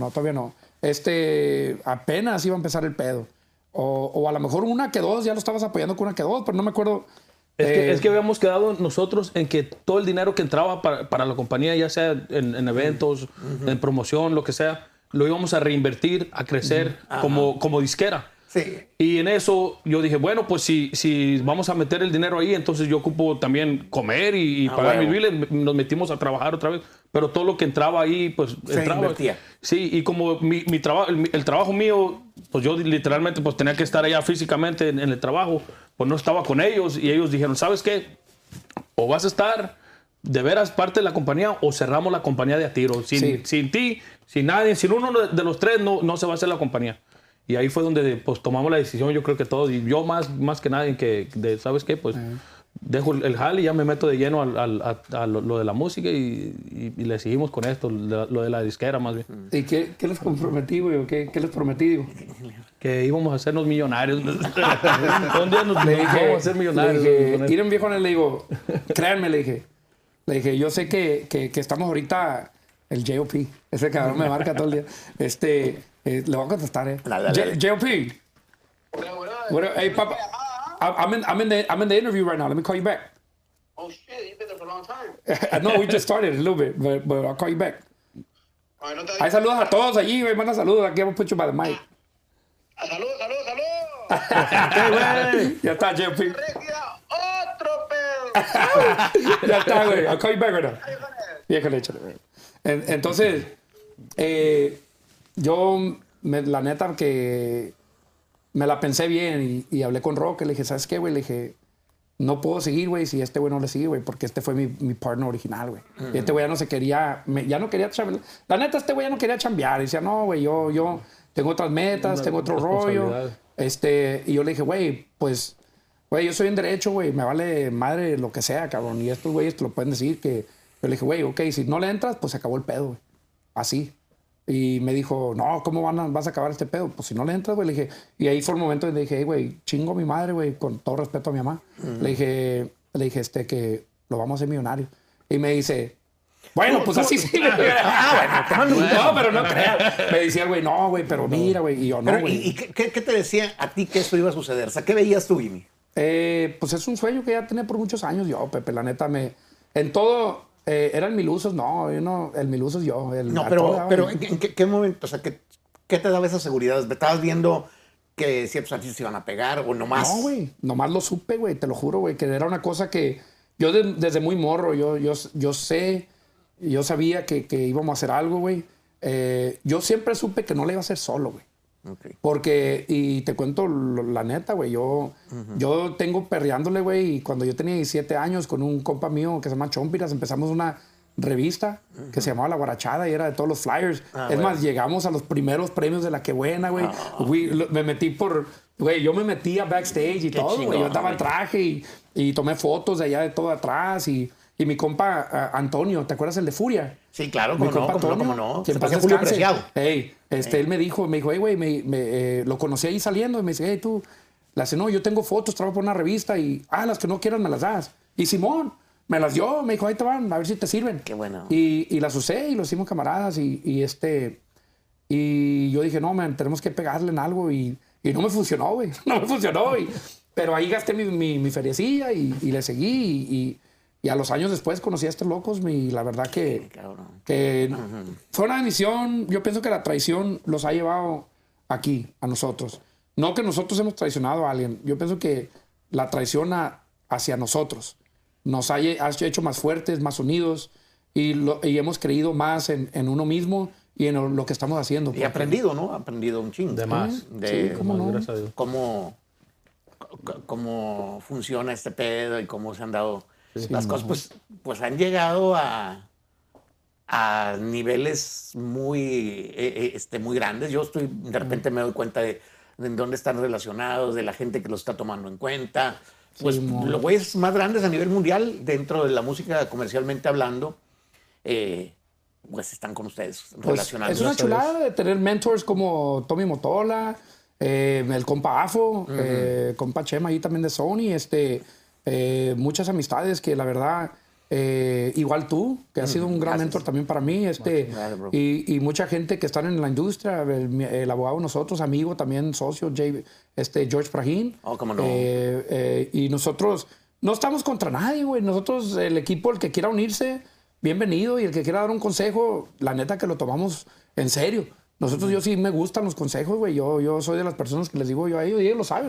Apenas iba a empezar el pedo. O a lo mejor 1 que 2, ya lo estabas apoyando con 1 que 2, pero no me acuerdo. Es que habíamos quedado nosotros en que todo el dinero que entraba para la compañía, ya sea en eventos, en promoción, lo que sea, lo íbamos a reinvertir, a crecer como disquera. Sí. Y en eso yo dije, bueno, pues si vamos a meter el dinero ahí, entonces yo ocupo también comer y pagar mis biles. Nos metimos a trabajar otra vez, pero todo lo que entraba ahí, pues se entraba. invertía. Sí, y como el trabajo mío, pues yo literalmente pues tenía que estar allá físicamente en el trabajo, pues no estaba con ellos y ellos dijeron, ¿sabes qué? O vas a estar de veras parte de la compañía o cerramos la compañía de a tiro. Sin ti, sin nadie, sin uno de los 3 no se va a hacer la compañía. Y ahí fue donde pues tomamos la decisión, yo creo que todos, y yo más que nadie, ¿sabes qué? Pues dejo el jale y ya me meto de lleno a lo de la música y le seguimos con esto, lo de la disquera más bien. ¿Y qué les comprometí, güey? ¿Qué les prometí, digo? Que íbamos a hacernos millonarios. Un día nos vamos a hacer millonarios. Le dije, ir en viejo, le digo, créanme, le dije, yo sé que estamos ahorita, el J.O.P., ese cabrón me marca todo el día. Le voy a contestar, Dale. J.O.P. Hey, Papa, I'm in the interview right now. Let me call you back. Oh shit, you've been there for a long time. No, we just started a little bit, but I'll call you back. All right, no te Hay saludos a todos allí, güey. Manda saludos. Aquí hemos puesto para el mic. Salud. Ya está, J.O.P. Regia, otro pedo. Ya está, güey. I'll call you back right now. Viejo, échale, güey. Entonces, la neta que me la pensé bien y hablé con Roque. Le dije, ¿sabes qué, güey? Le dije, no puedo seguir, güey, si este güey no le sigue, güey, porque este fue mi partner original, güey. Y este güey ya no se quería, ya no quería chambear. La neta, este güey ya no quería chambear. Y decía, no, güey, yo tengo otras metas, tengo otro rollo. Y yo le dije, güey, pues, güey, yo soy en derecho, güey, me vale madre lo que sea, cabrón. Y estos güeyes te lo pueden decir que... Yo le dije, güey, ok, si no le entras, pues se acabó el pedo, güey. Así. Y me dijo, no, ¿cómo vas a acabar este pedo? Pues si no le entras, güey. Le dije, y ahí fue el momento donde dije, hey, güey, chingo a mi madre, güey, con todo respeto a mi mamá. Le dije, que lo vamos a hacer millonario. Y me dice, bueno, pues así sí. Bueno, no, pero no creas. Me decía, güey, no, güey, pero mira, güey. Y yo, no, güey. ¿Y qué te decía a ti que esto iba a suceder? O sea, ¿qué veías tú, Jimmy? Pues es un sueño que ya tenía por muchos años yo, Pepe. La neta, en todo... eran Milusos, no, el Milusos yo. No, pero ¿en qué momento? O sea, ¿qué te daba esa seguridad? ¿Estabas viendo que ciertos artistas se iban a pegar o nomás? No, güey, nomás lo supe, güey, te lo juro, güey, que era una cosa que yo desde muy morro, yo sabía que íbamos a hacer algo, güey. Yo siempre supe que no le iba a hacer solo, güey. Ok. Porque, y te cuento la neta, güey, yo tengo perreándole, güey, y cuando yo tenía 17 años con un compa mío que se llama Chompiras, empezamos una revista que se llamaba La Guarachada y era de todos los flyers. Es más, llegamos a los primeros premios de La Que Buena, güey. Me metí güey, yo me metí a backstage y todo, güey. Yo andaba en traje y tomé fotos de allá de todo atrás y mi compa Antonio, ¿te acuerdas el de Furia? Sí, claro, Mi como compa Antonio, cómo no. que en Se paz pasó Julio descanse. Preciado. Él me dijo, hey, güey, lo conocí ahí saliendo y me dice, hey, tú, le hace, no, yo tengo fotos, trabajo por una revista y, las que no quieras me las das. Y Simón me las dio, me dijo, ahí te van, a ver si te sirven. Qué bueno. Y las usé y los hicimos camaradas y yo dije, no, man, tenemos que pegarle en algo y no me funcionó, güey, no me funcionó. Pero ahí gasté mi feriecilla y le seguí y a los años después conocí a estos locos y la verdad que fue una bendición. Yo pienso que la traición los ha llevado aquí, a nosotros. No que nosotros hemos traicionado a alguien. Yo pienso que la traición hacia nosotros nos ha hecho más fuertes, más unidos y hemos creído más en uno mismo y en lo que estamos haciendo. Y aprendido, ¿no? Aprendido un chingo. De más. Sí, cómo no. Gracias a Dios. Cómo funciona este pedo y cómo se han dado las cosas, pues han llegado a niveles muy grandes. Yo de repente me doy cuenta de dónde están relacionados, de la gente que los está tomando en cuenta. Pues los güeyes más grandes a nivel mundial dentro de la música comercialmente hablando, pues están con ustedes relacionados. Es una chulada de tener mentors como Tommy Motola, el compa Afo, compa Chema ahí también de Sony, muchas amistades que la verdad, igual tú, que has sido un gran mentor también para mí, y mucha gente que están en la industria, el abogado nosotros, amigo también, socio, George Prajín. Oh, cómo no. Y nosotros no estamos contra nadie, güey. Nosotros, el equipo, el que quiera unirse, bienvenido, y el que quiera dar un consejo, la neta que lo tomamos en serio. Nosotros, yo sí me gustan los consejos, güey. Yo soy de las personas que les digo yo a ellos y ellos lo saben.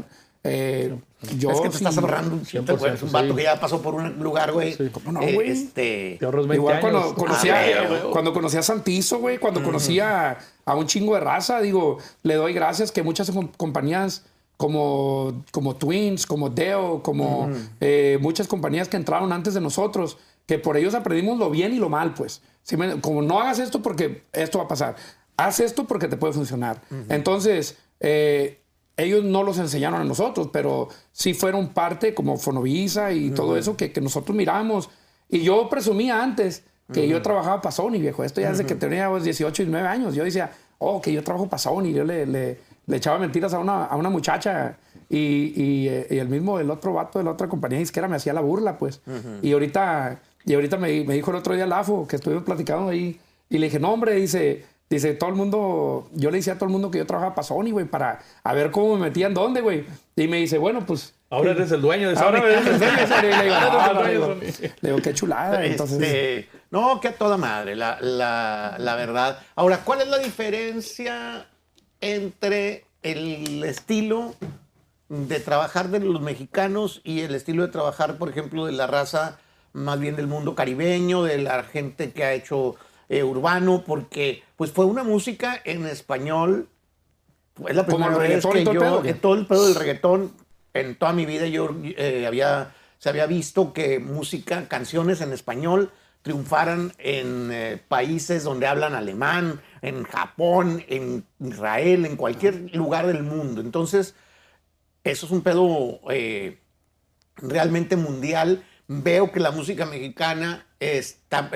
Yo es que te estás ahorrando un chiste, güey. Es un vato que ya pasó por un lugar, güey. Sí. ¿Cómo no, güey? Te ahorras 20 Igual años. cuando conocí a Santizo, güey, cuando conocí a un chingo de raza, digo, le doy gracias que muchas compañías como Twins, como Deo, como muchas compañías que entraron antes de nosotros, que por ellos aprendimos lo bien y lo mal, pues. Como no hagas esto porque esto va a pasar. Haz esto porque te puede funcionar. Entonces, ellos no los enseñaron a nosotros, pero sí fueron parte como Fonovisa y todo eso que nosotros miramos. Y yo presumía antes que yo trabajaba para Sony, viejo. Esto ya desde que tenía 18 y 19 años. Yo decía, que yo trabajo para Sony. Yo le echaba mentiras a una muchacha y el otro vato de la otra compañía disquera me hacía la burla, pues. Y ahorita me dijo el otro día Lafo, que estuvimos platicando ahí, y le dije, no, hombre, dice todo el mundo, yo le decía a todo el mundo que yo trabajaba para Sony, güey, para a ver cómo me metían dónde, güey. Y me dice, bueno, pues... Ahora eres el dueño de Sony. Ahora eres el dueño de Sony. Le digo, qué chulada. Entonces... No, que a toda madre, la verdad. Ahora, ¿cuál es la diferencia entre el estilo de trabajar de los mexicanos y el estilo de trabajar, por ejemplo, de la raza más bien del mundo caribeño, de la gente que ha hecho urbano? Porque pues fue una música en español. Es la primera vez que yo, todo el pedo del reggaetón, en toda mi vida yo se había visto que canciones en español triunfaran en países donde hablan alemán, en Japón, en Israel, en cualquier lugar del mundo. Entonces, eso es un pedo realmente mundial. Veo que la música mexicana está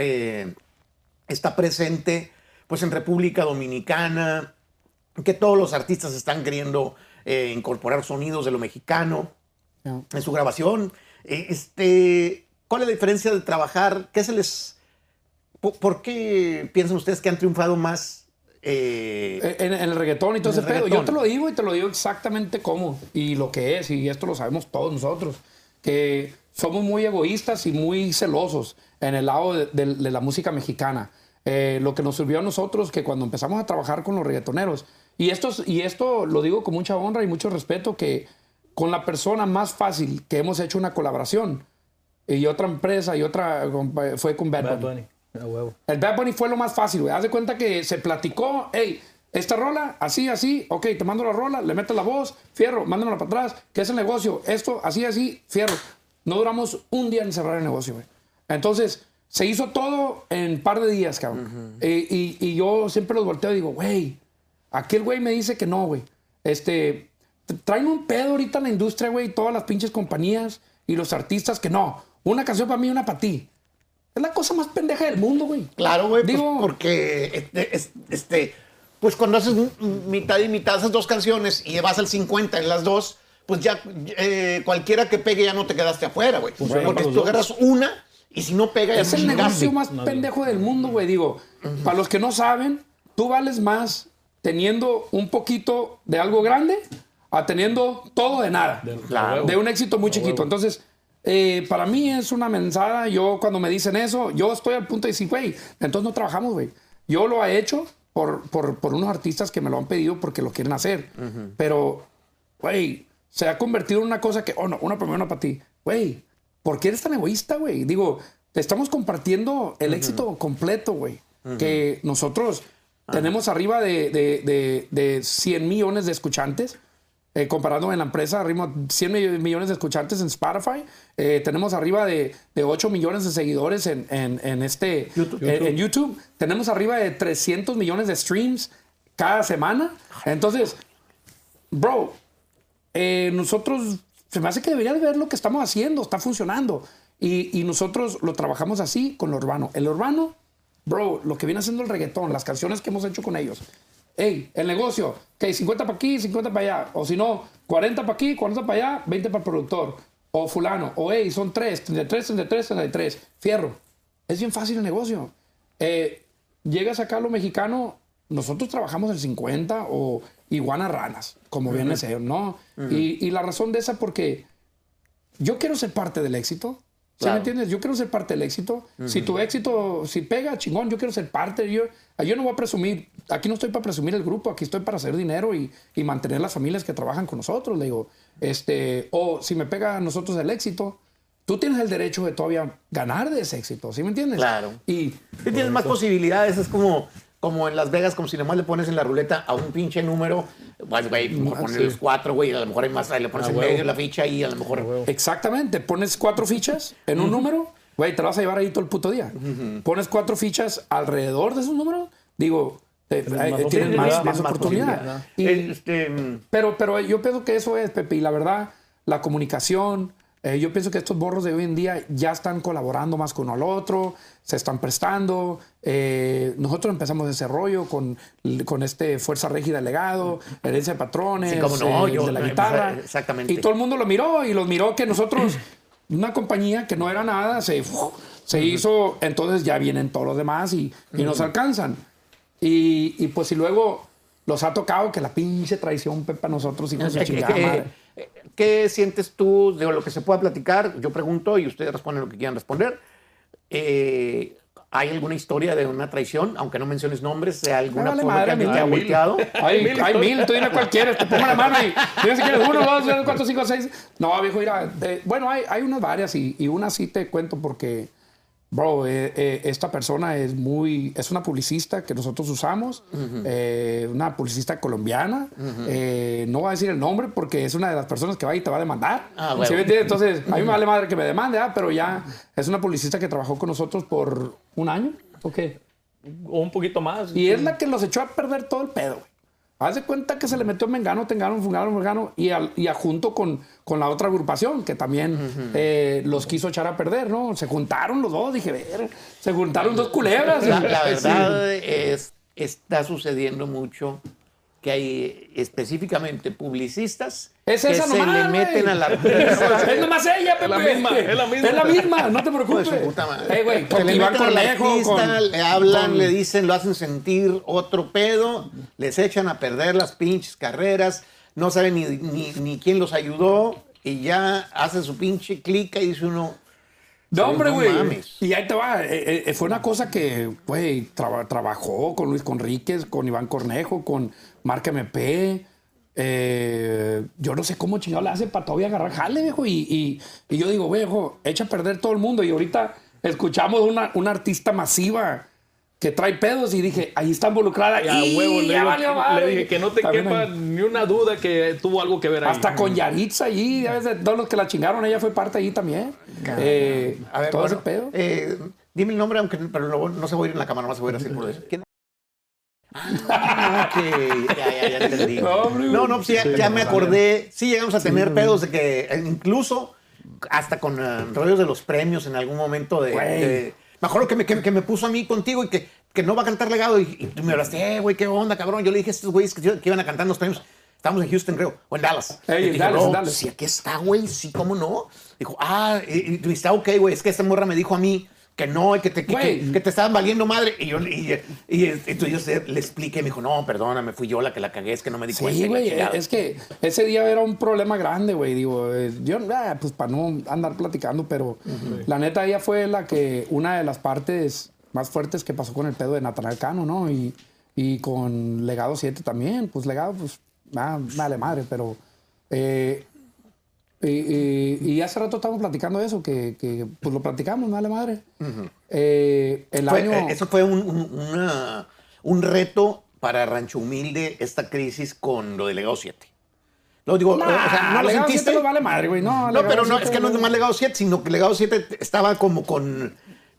presente pues en República Dominicana, que todos los artistas están queriendo incorporar sonidos de lo mexicano en su grabación. ¿Cuál es la diferencia de trabajar? ¿Por qué piensan ustedes que han triunfado más en el reggaetón y todo ese pedo? Yo te lo digo y te lo digo exactamente cómo y lo que es, y esto lo sabemos todos nosotros, que somos muy egoístas y muy celosos en el lado de la música mexicana. Lo que nos sirvió a nosotros, que cuando empezamos a trabajar con los reggaetoneros, y esto lo digo con mucha honra y mucho respeto, que con la persona más fácil que hemos hecho una colaboración, y otra empresa, fue con Bad Bunny. A huevo. El Bad Bunny fue lo más fácil, güey. Haz de cuenta que se platicó, esta rola, así, ok, te mando la rola, le metes la voz, fierro, mándamela para atrás, ¿qué es el negocio? Esto, así, fierro. No duramos un día en cerrar el negocio, güey. Entonces, se hizo todo en un par de días, cabrón. Y yo siempre los volteo y digo, güey, aquel güey me dice que no, güey. Traen un pedo ahorita en la industria, güey, todas las pinches compañías y los artistas que no. Una canción para mí, una para ti. Es la cosa más pendeja del mundo, güey. Claro, güey, Digo, pues porque pues cuando haces mitad y mitad esas dos canciones y vas al 50 en las dos, pues ya cualquiera que pegue ya no te quedaste afuera, güey. Porque tú agarras una y si no pega ya es el negocio más pendejo del mundo, güey. Digo, para los que no saben, tú vales más teniendo un poquito de algo grande a teniendo todo de nada. De un éxito muy chiquito. Entonces, para mí es una mensada. Yo cuando me dicen eso, yo estoy al punto de decir, güey, entonces no trabajamos, güey. Yo lo he hecho por unos artistas que me lo han pedido porque lo quieren hacer. Pero, güey, se ha convertido en una cosa que, no, una para mí, una para ti. Güey, ¿por qué eres tan egoísta, güey? Digo, te estamos compartiendo el éxito completo, güey. Que nosotros tenemos arriba de 100 millones de escuchantes. Comparando en la empresa, arriba de 100 millones de escuchantes en Spotify. Tenemos arriba de 8 millones de seguidores en YouTube. Tenemos arriba de 300 millones de streams cada semana. Entonces, bro, nosotros, se me hace que deberías ver lo que estamos haciendo. Está funcionando. Y nosotros lo trabajamos así con lo urbano. El urbano, bro, lo que viene haciendo el reggaetón, las canciones que hemos hecho con ellos. Hey, el negocio, ok, 50 para aquí, 50 para allá. O si no, 40 para aquí, 40 para allá, 20 para el productor. O fulano. O hey, son 33. Fierro. Es bien fácil el negocio. Llegas acá a lo mexicano, nosotros trabajamos el 50 o iguana ranas, como viene ser, ¿no? Y la razón de esa porque yo quiero ser parte del éxito. ¿Sí me entiendes? Yo quiero ser parte del éxito. Si tu éxito, si pega, chingón, yo quiero ser parte. Yo no voy a presumir. Aquí no estoy para presumir el grupo. Aquí estoy para hacer dinero y mantener las familias que trabajan con nosotros. Le digo, o si me pega a nosotros el éxito, tú tienes el derecho de todavía ganar de ese éxito. ¿Sí me entiendes? Claro. Y tú tienes más posibilidades. Es como en Las Vegas, como si nomás le pones en la ruleta a un pinche número, pues, güey, pones los 4, güey, a lo mejor hay más, le pones en medio la ficha y a lo mejor... Exactamente, pones 4 fichas en un número, güey, te lo vas a llevar ahí todo el puto día. Pones 4 fichas alrededor de esos números, digo, tienes más oportunidad. Pero yo pienso que eso es, Pepe, y la verdad, la comunicación... yo pienso que estos borros de hoy en día ya están colaborando más con uno al otro, se están prestando. Nosotros empezamos ese rollo con Fuerza Régida Legado, Herencia de Patrones, sí, cómo no, yo, de la guitarra. Exactamente. Y todo el mundo lo miró y los miró que nosotros, una compañía que no era nada, se hizo, entonces ya vienen todos los demás y nos alcanzan. Y pues si luego los ha tocado que la pinche traición, Pepe, a nosotros, hijos de chingada madre. ¿Qué sientes tú de lo que se pueda platicar? Yo pregunto y ustedes responden lo que quieran responder. ¿Hay alguna historia de una traición, aunque no menciones nombres, de alguna forma que a mí te ha volteado? Hay mil, tú dime cuál quieres, te pongo la mano y dime si quieres 1, 2, 3, 4, 5, 6. No, viejo, mira, bueno, hay unas varias y una sí te cuento porque, bro, esta persona es una publicista que nosotros usamos, una publicista colombiana. No voy a decir el nombre porque es una de las personas que va y te va a demandar. Bueno. ¿Sí me entiendes? Entonces, a mí me vale madre que me demande, pero ya es una publicista que trabajó con nosotros por 1 año. ¿O qué? O un poquito más. Y es la que los echó a perder todo el pedo, güey. Haz de cuenta que se le metió Mengano, Fulano y junto con la otra agrupación que también los quiso echar a perder, ¿no? Se juntaron los dos, dije, se juntaron 2 culebras. La verdad está sucediendo mucho que hay específicamente publicistas que se le meten a la artista. Es nomás ella, Pepe. Es la misma, no te preocupes. Pues, puta madre. Güey, se le meten a la artista, le hablan, con... le dicen, lo hacen sentir otro pedo, les echan a perder las pinches carreras, no saben ni quién los ayudó y ya hace su pinche clica y dice uno... No, hombre, güey. Mames. Y ahí te va. Fue una cosa que, güey, trabajó con Luis Conríquez, con Iván Cornejo, con Marca MP. Yo no sé cómo chingado le hace para todavía agarrar jale, viejo. Y yo digo, viejo, echa a perder todo el mundo. Y ahorita escuchamos una artista masiva que trae pedos y dije, ahí está involucrada. Y a huevo, le dije que no te También quepa ni una duda que tuvo algo que ver ahí. hasta con Yaritza allí, a veces todos los que la chingaron, ella fue parte allí también. A ver, todo ese bueno, pedo. dime el nombre, aunque pero no se va a ir en la cámara, no se va a ir así por eso. ¿Quién? Ah, ok. Ya entendí. No, pues ya me acordé. Sí, llegamos a tener pedos de que incluso hasta con rollos de los premios en algún momento me acuerdo que me puso a mí contigo y que no va a cantar Legado y tú me hablaste, güey, qué onda, cabrón. Yo le dije a estos güeyes que iban a cantar en los premios. Estábamos en Houston, creo, o en Dallas. En Dallas. Sí, aquí está, güey, sí, ¿cómo no? Dijo, y tú dijiste, ok, güey, es que esta morra me dijo a mí que no, que te estaban valiendo madre. Y yo entonces le expliqué, me dijo, no, perdóname, fui yo la que la cagué, es que no me di cuenta. Sí, güey, es que ese día era un problema grande, güey. Digo, yo, pues para no andar platicando, pero la neta, ella fue una de las partes más fuertes que pasó con el pedo de Natanael Cano, ¿no? Y con Legado 7 también. Pues Legado, pues, vale madre, pero. Y hace rato estábamos platicando eso, que pues lo platicamos, vale madre. Eso fue un reto para Rancho Humilde, esta crisis con lo de Legado 7. Lo digo, o sea, no lo Legado sentiste. 7 no vale madre, güey. No, pero no, 7 es que no es nomás Legado 7, sino que Legado 7 estaba como con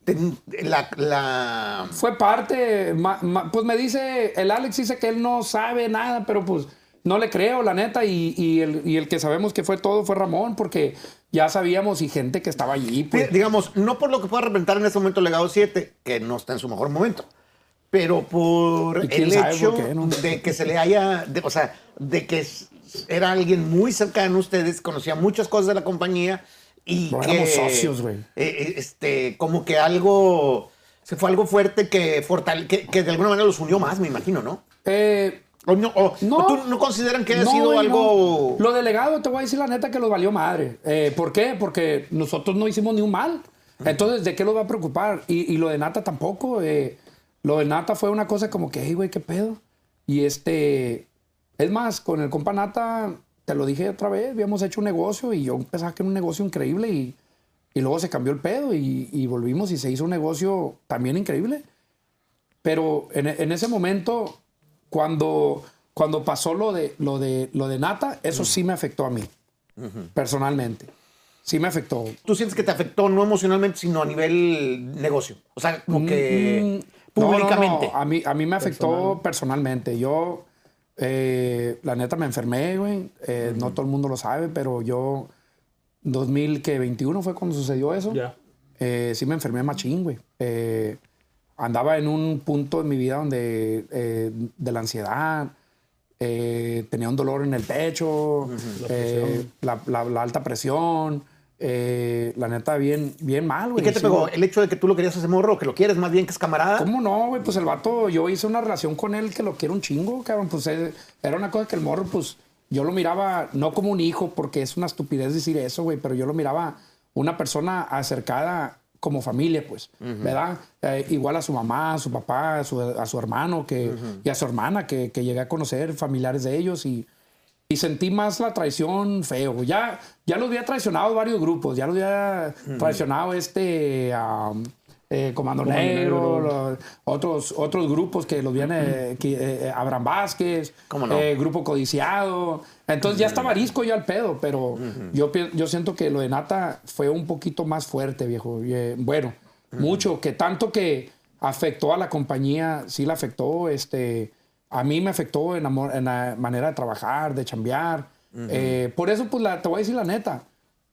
la... Fue parte, pues me dice, el Alex dice que él no sabe nada, pero pues no le creo, la neta, y el que sabemos que fue todo fue Ramón, porque ya sabíamos y gente que estaba allí. Pues. Digamos, no por lo que pueda representar en este momento Legado 7, que no está en su mejor momento, pero por el hecho de que se le haya, o sea, de que era alguien muy cercano a ustedes, conocía muchas cosas de la compañía y que éramos socios, güey. Como que se fue algo fuerte que de alguna manera los unió más, me imagino, ¿no? ¿O tú no consideran que haya sido algo...? No. Lo de Legado, te voy a decir la neta que los valió madre. ¿Por qué? Porque nosotros no hicimos ni un mal. Entonces, ¿de qué los va a preocupar? Y lo de Nata tampoco. Lo de Nata fue una cosa como que, hey, güey, ¿qué pedo? Y es más, con el compa Nata, te lo dije otra vez, habíamos hecho un negocio y yo pensaba que era un negocio increíble y luego se cambió el pedo y volvimos y se hizo un negocio también increíble. Pero en ese momento... Cuando pasó lo de Nata, eso sí me afectó a mí, personalmente. Sí me afectó. ¿Tú sientes que te afectó no emocionalmente, sino a nivel negocio? O sea, como que públicamente. No. A mí me afectó personalmente. Yo, la neta, me enfermé, güey. No todo el mundo lo sabe, pero yo, 2021 fue cuando sucedió eso. Sí me enfermé machín, güey. Andaba en un punto en mi vida donde de la ansiedad, tenía un dolor en el pecho, la alta presión, la neta bien mal, güey. ¿Y qué te pegó? ¿El hecho de que tú lo querías hacer morro o que lo quieres más bien que es camarada? ¿Cómo no, güey? Pues el vato, yo hice una relación con él que lo quiero un chingo, cabrón. Pues era una cosa que el morro, pues yo lo miraba no como un hijo, porque es una estupidez decir eso, güey, pero yo lo miraba una persona acercada como familia, pues, ¿verdad? Igual a su mamá, a su papá, a su hermano y a su hermana, que llegué a conocer, familiares de ellos, y sentí más la traición feo. Ya los había traicionado varios grupos, ya los había traicionado Comando Negro, otros grupos que los viene, Abraham Vázquez, Grupo Codiciado. Entonces ya estaba arisco ya al pedo, pero yo siento que lo de Nata fue un poquito más fuerte, viejo. Bueno, mucho, que tanto que afectó a la compañía, sí la afectó. A mí me afectó en la manera de trabajar, de chambear. Por eso, pues, te voy a decir la neta.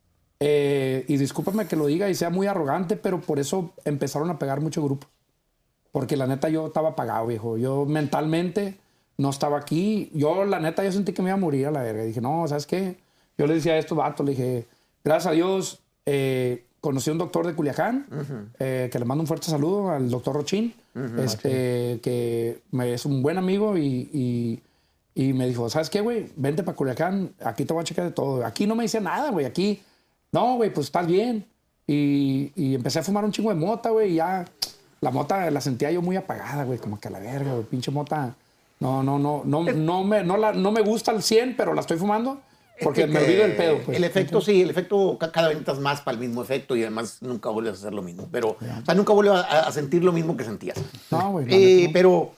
Y discúlpame que lo diga y sea muy arrogante, pero por eso empezaron a pegar mucho grupo. Porque la neta yo estaba apagado, viejo. Yo mentalmente no estaba aquí. Yo, la neta, yo sentí que me iba a morir a la verga. Dije, no, ¿sabes qué? Yo le decía a estos vatos, le dije, gracias a Dios, conocí a un doctor de Culiacán, que le mando un fuerte saludo al doctor Rochín, que es un buen amigo y me dijo, ¿sabes qué, güey? Vente para Culiacán, aquí te voy a checar de todo. Aquí no me dice nada, güey, aquí... No, güey, pues estás bien. Y empecé a fumar un chingo de mota, güey, y ya la mota la sentía yo muy apagada, güey, como que a la verga, güey, pinche mota. No me gusta al 100, pero la estoy fumando. Porque me olvido del pedo. Pues. El efecto, sí, el efecto cada vez estás más para el mismo efecto y además nunca vuelves a hacer lo mismo. Pero, o sea, nunca vuelves a sentir lo mismo que sentías. No, güey. No. Pero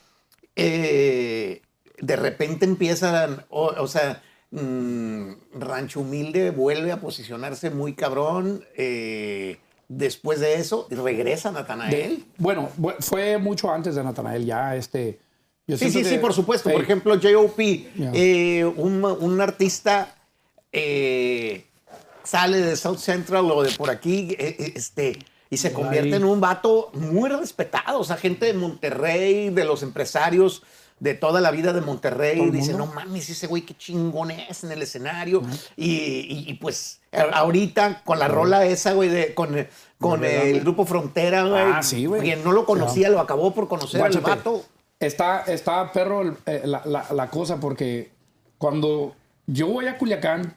de repente empiezan, o sea, Rancho Humilde vuelve a posicionarse muy cabrón. Después de eso, regresa Natanael. Bueno, fue mucho antes de Natanael, ya yo Sí, por supuesto. Por ejemplo, J.O.P., un artista sale de South Central o de por aquí y se convierte en un vato muy respetado. O sea, gente de Monterrey, de los empresarios de toda la vida de Monterrey, dice, no mames, ese güey qué chingón es en el escenario. Y pues ahorita con la rola esa, güey, con el grupo Frontera, güey. Ah, sí, güey. Quien no lo conocía, lo acabó por conocer al vato. Está perro la cosa porque cuando yo voy a Culiacán,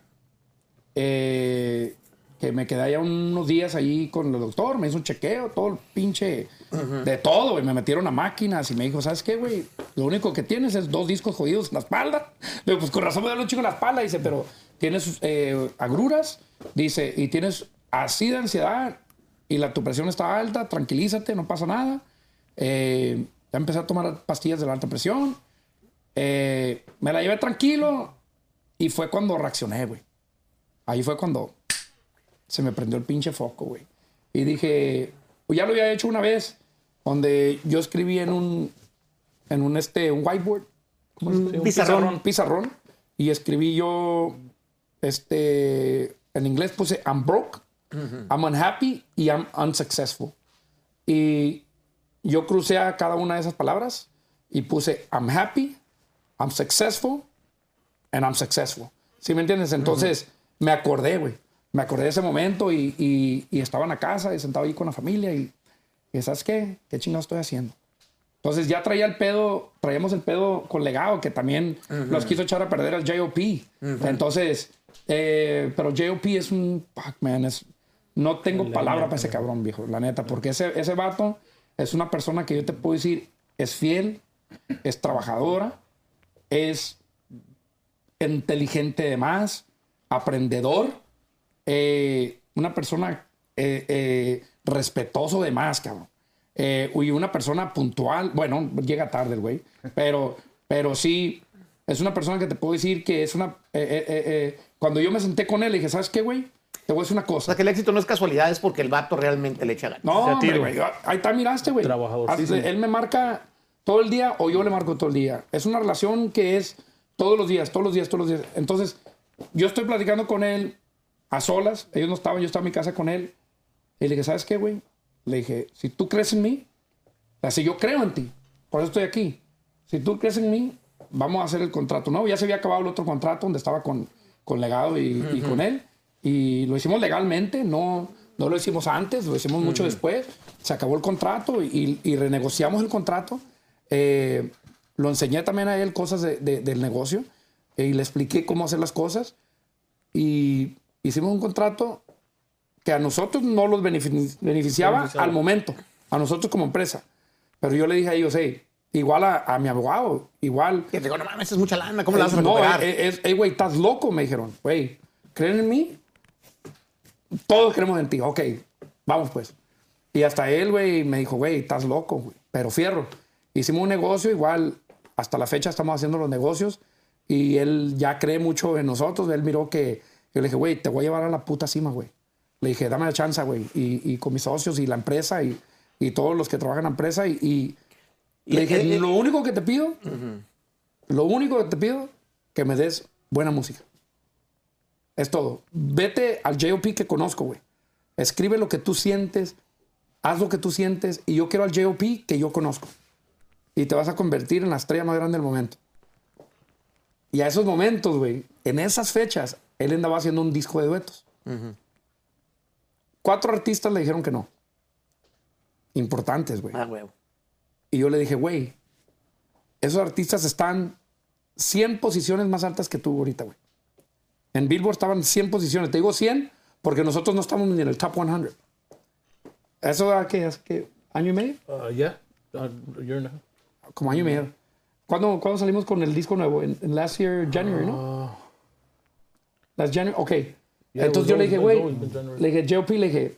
que me quedé allá unos días ahí con el doctor, me hizo un chequeo, todo el pinche, de todo, güey. Me metieron a máquinas y me dijo, ¿sabes qué, güey? Lo único que tienes es 2 discos jodidos en la espalda. Le digo, pues con razón me da un chico en la espalda. Dice, pero tienes agruras, dice, y tienes así de ansiedad y tu presión está alta, tranquilízate, no pasa nada. Ya empecé a tomar pastillas de la alta presión. Me la llevé tranquilo y fue cuando reaccioné, güey. Ahí fue cuando se me prendió el pinche foco, güey. Y dije, pues ya lo había hecho una vez, donde yo escribí en un whiteboard, un pizarrón, y escribí yo, en inglés puse I'm broke, I'm unhappy y I'm unsuccessful. Y yo crucé a cada una de esas palabras y puse I'm happy, I'm successful and I'm successful. ¿Sí me entiendes? Entonces me acordé, güey. Me acordé de ese momento y estaba en la casa y sentado ahí con la familia y ¿sabes qué? ¿Qué chingados estoy haciendo? Entonces ya traíamos el pedo con Legado, que también los quiso echar a perder al J.O.P. Entonces, pero J.O.P. es un... Fuck, man, no tengo palabra para ese cabrón, viejo, la neta, porque ese vato es una persona que yo te puedo decir, es fiel, es trabajadora, es inteligente de más, aprendedor, una persona respetuoso de más, cabrón. Y una persona puntual. Bueno, llega tarde el güey, pero sí, es una persona que te puedo decir que es una... cuando yo me senté con él, le dije, ¿sabes qué, güey? Te voy a decir una cosa. O sea, que el éxito no es casualidad, es porque el vato realmente le echa ganas. No, hombre, güey. Ahí está, miraste, güey. Trabajador. Sí. Él me marca todo el día o yo le marco todo el día. Es una relación que es todos los días. Entonces, yo estoy platicando con él a solas. Ellos no estaban, yo estaba en mi casa con él. Y le dije, ¿sabes qué, güey? Le dije, si tú crees en mí, si yo creo en ti, por eso estoy aquí. Si tú crees en mí, vamos a hacer el contrato nuevo. Ya se había acabado el otro contrato donde estaba con Legado y con él. Y lo hicimos legalmente, no lo hicimos antes, lo hicimos mucho después. Se acabó el contrato y renegociamos el contrato. Lo enseñé también a él cosas del negocio y le expliqué cómo hacer las cosas. Y hicimos un contrato que a nosotros no los beneficiaba al momento, a nosotros como empresa. Pero yo le dije a ellos, hey, igual a mi abogado, igual... Y te digo, no mames, es mucha lana, ¿cómo la vas a recuperar? No, güey, estás loco, me dijeron. Güey, ¿creen en mí? Todos creemos en ti. Ok, vamos pues. Y hasta él, güey, me dijo, güey, estás loco, güey. Pero fierro. Hicimos un negocio, igual, hasta la fecha estamos haciendo los negocios. Y él ya cree mucho en nosotros. Él miró que... Yo le dije, güey, te voy a llevar a la puta cima, güey. Le dije, dame la chance, güey. Y con mis socios y la empresa y todos los que trabajan en la empresa. Y le dije, lo único que te pido, que me des buena música. Es todo. Vete al J.O.P. que conozco, güey. Escribe lo que tú sientes, haz lo que tú sientes, y yo quiero al J.O.P. que yo conozco. Y te vas a convertir en la estrella más grande del momento. Y a esos momentos, güey, en esas fechas, él andaba haciendo un disco de duetos. 4 artistas le dijeron que no. Importantes, güey. Ah, güey. Y yo le dije, güey, esos artistas están 100 posiciones más altas que tú ahorita, güey. En Billboard estaban 100 posiciones. Te digo 100 porque nosotros no estamos ni en el top 100. ¿Eso da qué? ¿Es que año y medio? Yeah. Year and a half. Como año y medio. ¿Cuándo salimos con el disco nuevo? En last year, January, ¿no? That's January. Ok. Entonces yo le dije, güey, le dije, JOP, le dije,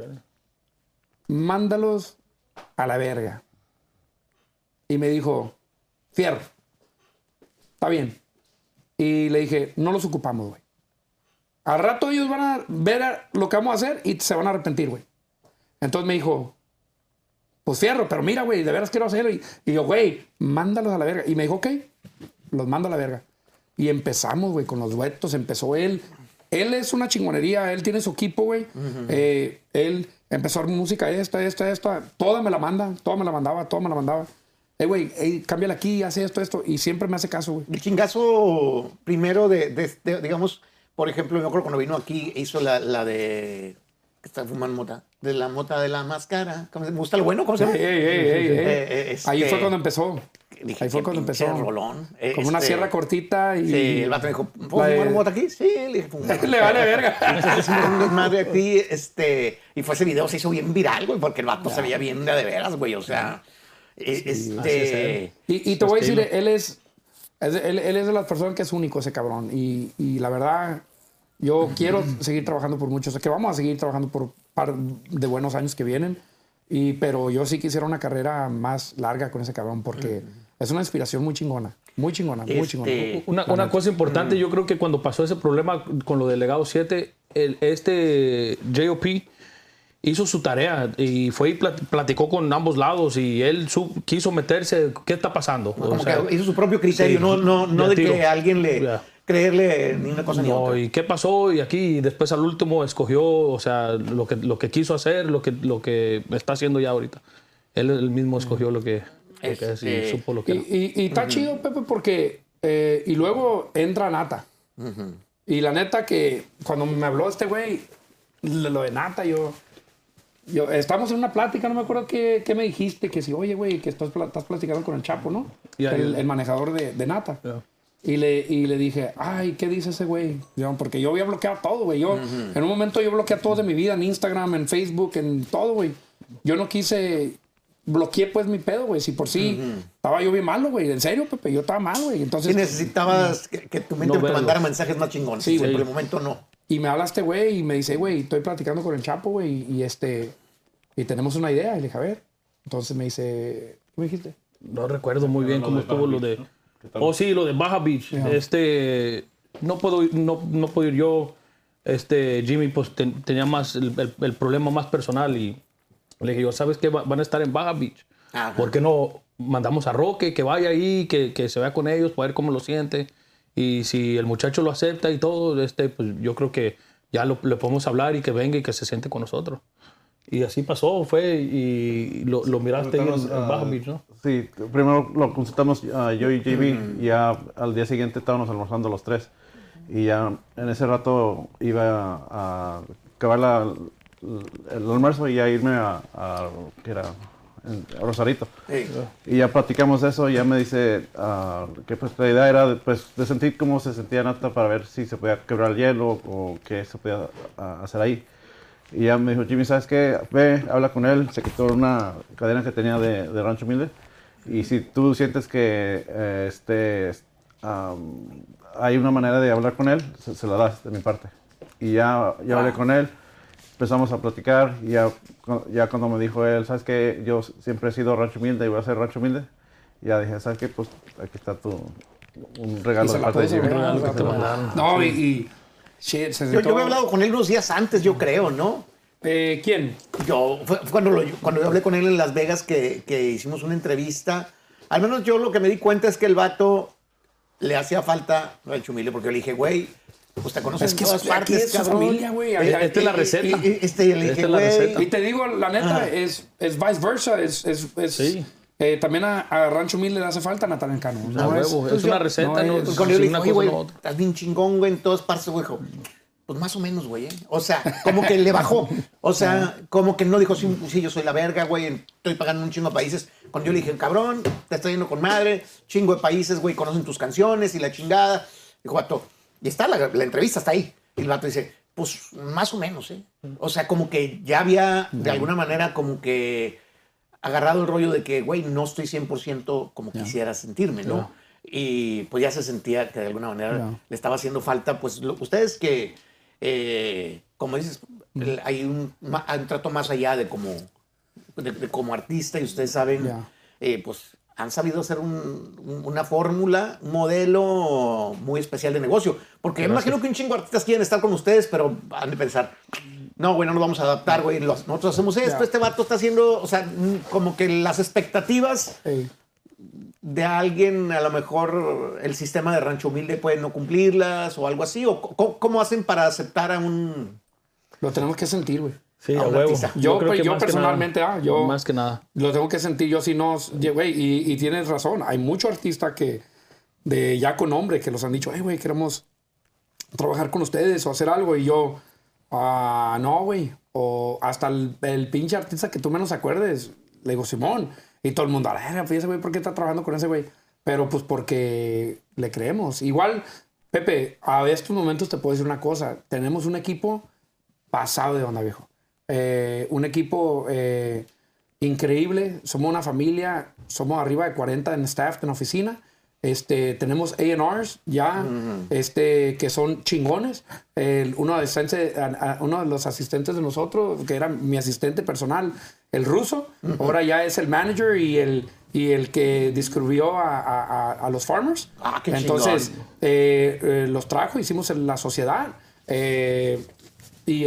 mándalos a la verga. Y me dijo, fierro. Está bien. Y le dije, no los ocupamos, güey. Al rato ellos van a ver lo que vamos a hacer y se van a arrepentir, güey. Entonces me dijo, pues fierro, pero mira, güey, de veras quiero hacerlo. Y yo, güey, mándalos a la verga. Y me dijo, ok, los mando a la verga. Y empezamos, güey, con los duetos. Empezó él. Él es una chingonería. Él tiene su equipo, güey. Él empezó a hacer música esta. Toda me la mandaba. Güey, cámbiala aquí, hace esto. Y siempre me hace caso, güey. El chingazo primero digamos, por ejemplo, me acuerdo cuando vino aquí, hizo la de... que está fumando mota. De la mota de la máscara. ¿Me gusta lo bueno? ¿Cómo se llama? Ahí fue cuando empezó. Dije, Ahí fue cuando empezó. Rolón. Como una sierra cortita y... Sí, el vato me dijo, ¿puedo fumar mota aquí? Sí, le dije, le vale verga. Es un desmadre aquí, y fue ese video, se hizo bien viral, güey, porque el vato se veía bien de veras, güey, o sea... Y te voy a decir, él es de las personas que es único, ese cabrón. Y la verdad, yo quiero seguir trabajando por muchos, que vamos a seguir trabajando por un par de buenos años que vienen. Pero yo sí quisiera una carrera más larga con ese cabrón, porque es una inspiración muy chingona. Muy chingona. Una cosa importante, yo creo que cuando pasó ese problema con lo del Legado 7, JOP hizo su tarea y fue y platicó con ambos lados y él quiso meterse, ¿qué está pasando? Como que hizo su propio criterio, sí, no de que alguien le creerle ni una cosa ni otra. ¿Y qué pasó? Y aquí después al último escogió, o sea, lo que quiso hacer, lo que está haciendo ya ahorita. Él mismo escogió lo que es y supo lo que era. Y está chido, Pepe, porque y luego entra Nata. Y la neta que cuando me habló este güey, lo de Nata, yo estamos en una plática, no me acuerdo qué me dijiste, que si, oye, güey, que estás platicando con el Chapo, ¿no? El manejador de Nata. Y le dije, ay, ¿qué dice ese güey? Porque yo había bloqueado todo, güey. En un momento yo bloqueé todo de mi vida, en Instagram, en Facebook, en todo, güey. Yo no quise... Bloqueé, pues, mi pedo, güey. Si por sí estaba yo bien malo, güey. En serio, Pepe, yo estaba mal, güey. Entonces... Sí necesitabas que tu mente te mandara mensajes más chingones. Sí, güey. Por el momento no. Y me habla este güey y me dice, güey, estoy platicando con el Chapo, güey, y tenemos una idea. Y le dije, a ver. Entonces me dice, ¿qué me dijiste? No recuerdo muy bien cómo estuvo lo de... Oh, sí, lo de Baja Beach. No puedo ir yo. Jimmy, pues tenía más el problema más personal y le dije, yo, ¿sabes qué? Van a estar en Baja Beach. Ajá. ¿Por qué no mandamos a Roque, que vaya ahí, que se vaya con ellos para ver cómo lo siente? Y si el muchacho lo acepta y todo, pues yo creo que ya le podemos hablar y que venga y que se siente con nosotros. Y así pasó, fue y lo miraste ahí en Baja Beach, ¿no? Sí, primero lo consultamos yo y JB y ya al día siguiente estábamos almorzando los tres. Y ya en ese rato iba a acabar el almuerzo y ya irme a Rosarito. Sí. Y ya platicamos eso y ya me dice que pues la idea era de sentir cómo se sentía Nata para ver si se podía quebrar el hielo o qué se podía hacer ahí. Y ya me dijo, Jimmy, ¿sabes qué? Ve, habla con él. Se quitó una cadena que tenía de Rancho Humilde. Y si tú sientes que hay una manera de hablar con él, se la das de mi parte. Y ya hablé con él, empezamos a platicar. Y ya cuando me dijo él, ¿sabes qué? Yo siempre he sido Rancho Humilde y voy a ser Rancho Humilde. Y ya dije, ¿sabes qué? Pues aquí está un regalo de parte de Jimmy. Un regalo que te mandaron. No, yo había hablado con él unos días antes, yo creo, ¿no? ¿Quién? Fue cuando yo hablé con él en Las Vegas que hicimos una entrevista. Al menos yo lo que me di cuenta es que el vato le hacía falta Rancho Humilde, porque yo le dije, güey, pues te conocen en todas partes, cabrón. Familia, güey. Esta es la receta. Y te digo, la neta, es vice versa. Sí. También a Rancho Humilde le hace falta Natanael Cano. Es una receta, no cuando yo le dije, oye, güey, estás bien chingón, güey, en todas partes, güey. Pues más o menos, güey, O sea, como que le bajó. O sea, como que no dijo, sí, yo soy la verga, güey, estoy pagando un chingo de países. Cuando yo le dije, cabrón, te está yendo con madre, chingo de países, güey, conocen tus canciones y la chingada. Dijo, vato, y está la entrevista, está ahí. Y el vato dice, pues más o menos, O sea, como que ya había, de alguna manera, como que agarrado el rollo de que, güey, no estoy 100% como quisiera sentirme, ¿no? y pues ya se sentía que de alguna manera le estaba haciendo falta, pues ustedes que, como dices, hay un trato más allá de como artista y ustedes saben, pues han sabido hacer una fórmula, un modelo muy especial de negocio. Porque yo imagino que un chingo de artistas quieren estar con ustedes, pero han de pensar, no, güey, no nos vamos a adaptar, güey. Nosotros hacemos esto, este vato está haciendo, o sea, como que las expectativas de alguien, a lo mejor el sistema de Rancho Humilde puede no cumplirlas o algo así. ¿O cómo hacen para aceptar a un... Lo tenemos que sentir, güey. Sí, a huevo. Yo creo que personalmente, yo más que nada. Lo tengo que sentir. Yo si no, güey, y tienes razón. Hay muchos artistas que, ya con nombre, que los han dicho, güey, queremos trabajar con ustedes o hacer algo. Y yo, no, güey. O hasta el pinche artista que tú menos acuerdes, le digo, Simón. Y todo el mundo, pues ese güey, ¿por qué está trabajando con ese güey? Pero pues porque le creemos. Igual, Pepe, a estos momentos te puedo decir una cosa. Tenemos un equipo pasado de onda, viejo. Un equipo increíble. Somos una familia. Somos arriba de 40 en staff, en oficina. Tenemos A&Rs ya, que son chingones. Uno de los asistentes de nosotros, que era mi asistente personal, el ruso, ahora ya es el manager y el que distribuyó a los farmers. Qué Entonces, los trajo, hicimos la sociedad. Y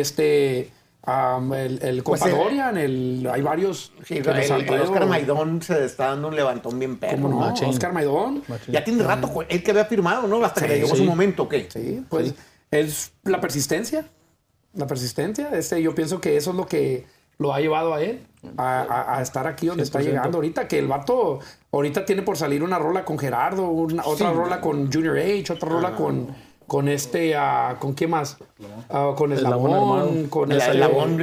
el compa Dorian, hay varios. Sí, el Oscar Maidón se está dando un levantón bien perro. ¿Cómo no? Oscar Maidón. Ya tiene rato, él que había firmado, ¿no? Hasta que le llegó su momento, ¿o qué? Sí, pues es la persistencia. La persistencia. Yo pienso que eso es lo que lo ha llevado a él a estar aquí donde 100%. Está llegando ahorita. Que el vato ahorita tiene por salir una rola con Gerardo, otra rola con Junior H, otra rola con ¿con quién más? Con Eslabón, con Eslabón,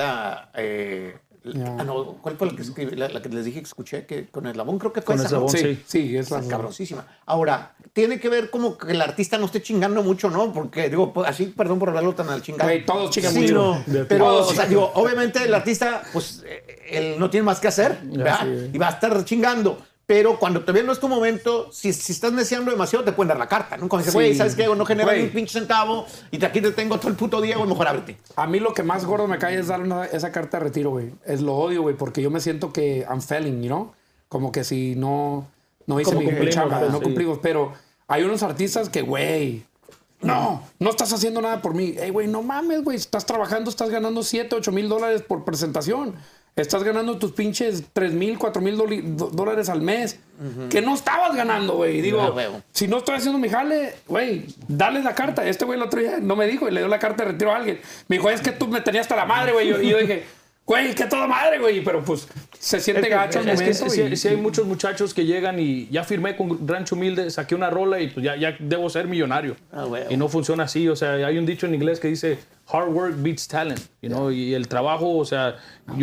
no, ¿cuál fue la que escribí? La que les dije que escuché, que con Eslabón creo que fue con esa, ¿no? Sí, es la cabrosísima. Ahora, tiene que ver como que el artista no esté chingando mucho, ¿no? Porque, digo, así, perdón por hablarlo tan al chingado. Todos chingan mucho. No, pero, o sea, digo, obviamente el artista, pues, él no tiene más que hacer, ¿verdad? Y va a estar chingando. Pero cuando todavía no es tu momento, si estás neceando demasiado, te pueden dar la carta, ¿no? Cuando dices, güey, ¿sabes qué? No genera ni un pinche centavo y aquí te tengo todo el puto día, güey, mejor ábrete. A mí lo que más gordo me cae es dar esa carta de retiro, güey. Es lo odio, güey, porque yo me siento que I'm failing, you know? Como que si no hice mi chamba, no cumplimos. Pero hay unos artistas que, güey, no estás haciendo nada por mí. Güey, no mames, güey, estás trabajando, estás ganando $7,000, $8,000 por presentación. Estás ganando tus pinches $3,000, $4,000 al mes. Que no estabas ganando, güey. Digo, si no estoy haciendo mi jale, güey, dale la carta. Este güey el otro día no me dijo y le dio la carta de retiro a alguien. Me dijo, es que tú me tenías hasta la madre, güey. Y yo dije, güey, que toda madre, güey. Pero pues se siente gacho al momento. Sí, hay muchos muchachos que llegan y ya firmé con Rancho Humilde, saqué una rola y pues ya debo ser millonario. Y no funciona así. O sea, hay un dicho en inglés que dice, hard work beats talent, you know? Y el trabajo, o sea,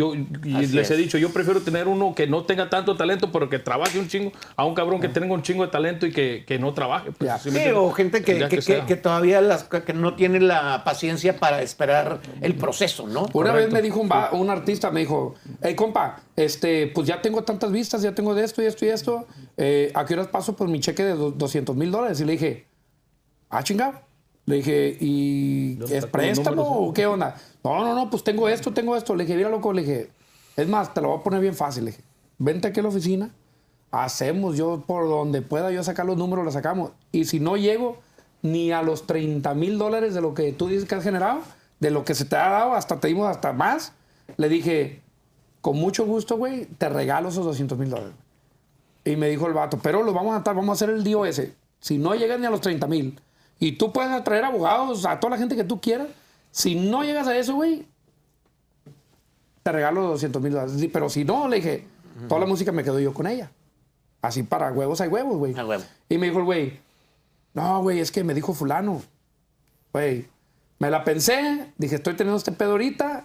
les he dicho, yo prefiero tener uno que no tenga tanto talento, pero que trabaje un chingo, a un cabrón que tenga un chingo de talento y que no trabaje. Pues, ¿sí o gente que todavía que no tiene la paciencia para esperar el proceso, ¿no? Una vez me dijo un artista, me dijo, hey, compa, pues ya tengo tantas vistas, ya tengo de esto y esto y esto, ¿a qué horas paso por mi cheque de $200,000? Y le dije, chingado. Le dije, ¿y es préstamo o qué onda? No, pues tengo esto. Le dije, mira, loco, le dije, es más, te lo voy a poner bien fácil. Le dije, vente aquí a la oficina, hacemos, yo por donde pueda yo sacar los números, los sacamos. Y si no llego ni a los $30,000 de lo que tú dices que has generado, de lo que se te ha dado, hasta te dimos hasta más, le dije, con mucho gusto, güey, te regalo esos $200,000. Y me dijo el vato, pero lo vamos a hacer el día ese. Si no llegas ni a los 30,000, y tú puedes atraer abogados a toda la gente que tú quieras. Si no llegas a eso, güey, te regalo $200,000. Pero si no, le dije, toda la música me quedo yo con ella. Así para huevos hay huevos, güey. Y me dijo el güey, no, güey, es que me dijo fulano. Güey, me la pensé, dije, estoy teniendo este pedo ahorita.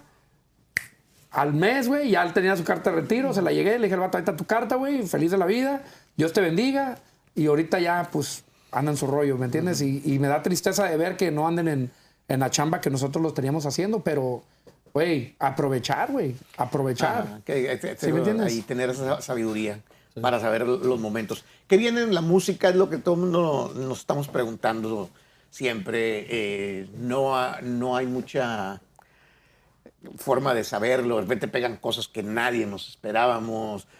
Al mes, güey, ya él tenía su carta de retiro, se la llegué, le dije al vato, ahí está tu carta, güey, feliz de la vida, Dios te bendiga. Y ahorita ya, pues, andan su rollo, ¿me entiendes? Y me da tristeza de ver que no anden en la chamba que nosotros los teníamos haciendo, pero, güey, aprovechar, güey. Aprovechar. ¿Sí me entiendes? Y tener esa sabiduría. para saber los momentos. ¿Qué viene en la música? Es lo que todo el mundo nos estamos preguntando siempre. No hay mucha forma de saberlo. De repente pegan cosas que nadie nos esperábamos.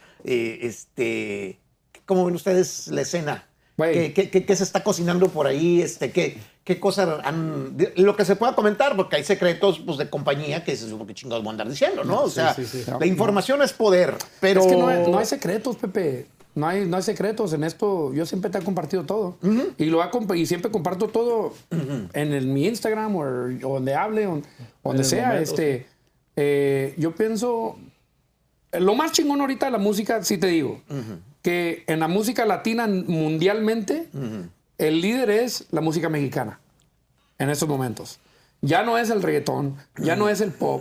¿Cómo ven ustedes la escena? ¿Qué se está cocinando por ahí? ¿Qué cosas han...? Lo que se pueda comentar, porque hay secretos pues, de compañía que es lo que chingados voy a andar diciendo, ¿no? O sea, la información es poder, pero... Es que no hay secretos, Pepe. No hay secretos en esto. Yo siempre te he compartido todo. Y siempre comparto todo en mi Instagram o donde hable, o donde sea. Momento, Yo pienso... Lo más chingón ahorita de la música, sí te digo, que en la música latina mundialmente, el líder es la música mexicana en estos momentos. Ya no es el reggaetón, ya no es el pop.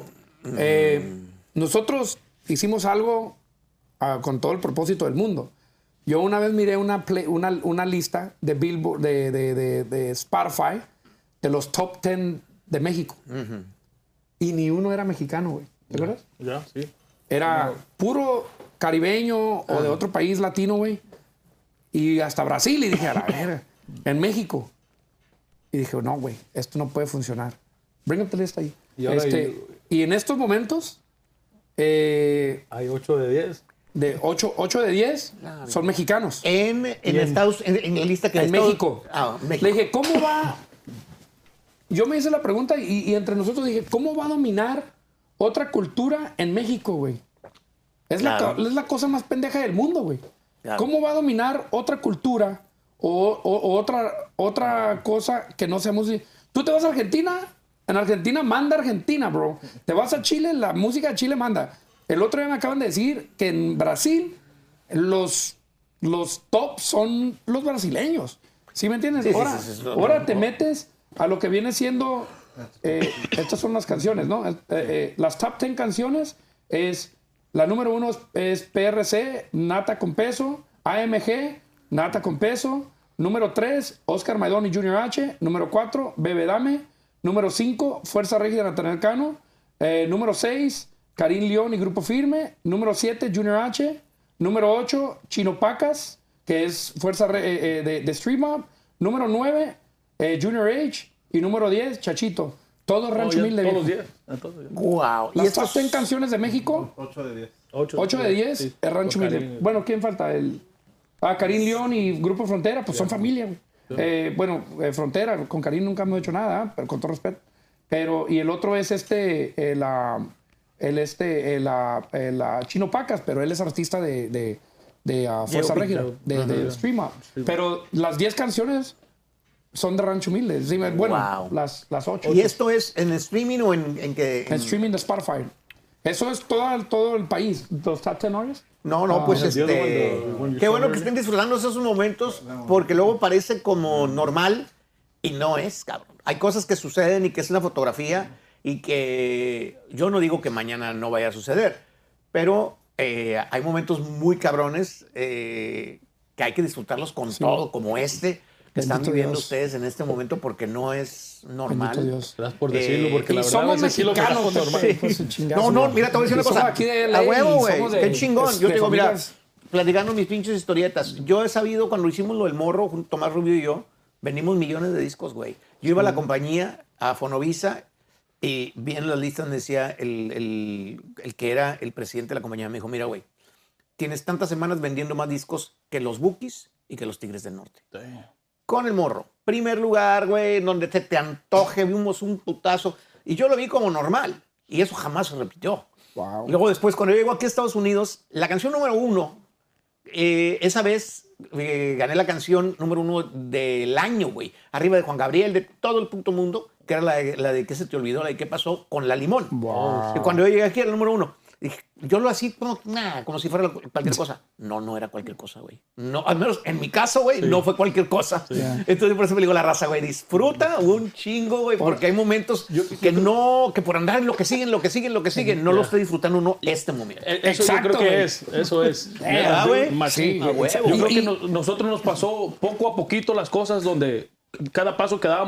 Nosotros hicimos algo con todo el propósito del mundo. Yo una vez miré una lista de Billboard, de Spotify, de los top 10 de México. Y ni uno era mexicano, güey. ¿Te acuerdas? Ya, sí. Era puro caribeño o de otro país latino, güey. Y hasta Brasil. Y dije, a la verga, en México. Y dije, no, güey, esto no puede funcionar. Bring up the list ahí. Y en estos momentos... hay 8 de 10. De 8 de 10 son mexicanos. En la lista que... En México. México. Le dije, ¿cómo va? Yo me hice la pregunta y entre nosotros dije, ¿cómo va a dominar otra cultura en México, güey? Es la cosa más pendeja del mundo, güey. Claro. ¿Cómo va a dominar otra cultura o otra cosa que no seamos... Tú te vas a Argentina, en Argentina manda Argentina, bro. Te vas a Chile, la música de Chile manda. El otro día me acaban de decir que en Brasil los top son los brasileños. ¿Sí me entiendes? Ahora te metes a lo que viene siendo... estas son las canciones, ¿no? Las top 10 canciones es... La número 1 es PRC, Nata con Peso. AMG, Nata con Peso. Número 3, Oscar Maidón y Junior H. Número 4, Bebe Dame. Número 5, Fuerza Régida Natanael Cano. Número 6, Karim León y Grupo Firme. Número 7, Junior H. Número 8, Chino Pacas, que es Fuerza de Street Mob. Número 9, Junior H. Y número 10, Chachito. Todo Rancho Humilde. Todos los 10. Wow. ¿Y estas 10 canciones de México? 8 de 10. 8 de 10 sí. es Rancho Humilde. Bueno, ¿quién falta? Karim León y Grupo Frontera, pues son familia, güey. Frontera, con Karim nunca hemos hecho nada, pero con todo respeto. Y el otro es Chino Pacas, pero él es artista de Fuerza Régida, de Street Mob. Pero las 10 canciones son de Rancho Humilde. Bueno, las 8. ¿Y esto es en streaming o en qué? En streaming de Spotify. Eso es todo el país. ¿Los top 10 horas? No, pues qué bueno que estén disfrutando esos momentos, porque luego parece como normal y no es, cabrón. Hay cosas que suceden y que es una fotografía y que yo no digo que mañana no vaya a suceder, pero hay momentos muy cabrones que hay que disfrutarlos con todo, como que están viviendo ustedes en este momento, porque no es normal. Dios. Gracias por decirlo, porque la verdad somos mexicanos, No, mira, te voy a decir una cosa. Aquí de a huevo, güey. Qué chingón. Yo te digo, mira, familias... platicando mis pinches historietas. Yo he sabido, cuando hicimos lo del Morro, Tomás Rubio y yo, vendimos millones de discos, güey. Yo iba a la compañía, a Fonovisa, y vi en las listas, decía el que era el presidente de la compañía, me dijo, mira, güey, tienes tantas semanas vendiendo más discos que los Bukis y que los Tigres del Norte. Con el Morro. Primer lugar, güey, donde te antoje, vimos un putazo. Y yo lo vi como normal. Y eso jamás se repitió. Wow. Y luego después, cuando yo llego aquí a Estados Unidos, la canción número 1, esa vez gané la canción número 1 del año, güey. Arriba de Juan Gabriel, de todo el puto mundo, que era la de ¿Qué se te olvidó? La de ¿Qué pasó? Con La Limón. Wow. Y cuando yo llegué aquí era el número 1. Dije, yo lo hacía como si fuera cualquier cosa. No era cualquier cosa, güey. No, al menos en mi caso, güey, no fue cualquier cosa. Sí. Entonces por eso me digo la raza, güey, disfruta un chingo, güey, porque hay momentos que por andar en lo que siguen, no lo esté disfrutando uno este momento. Eso exacto, yo creo que eso es. güey. Sí, yo creo que nosotros nos pasó poco a poquito las cosas donde cada paso que dábamos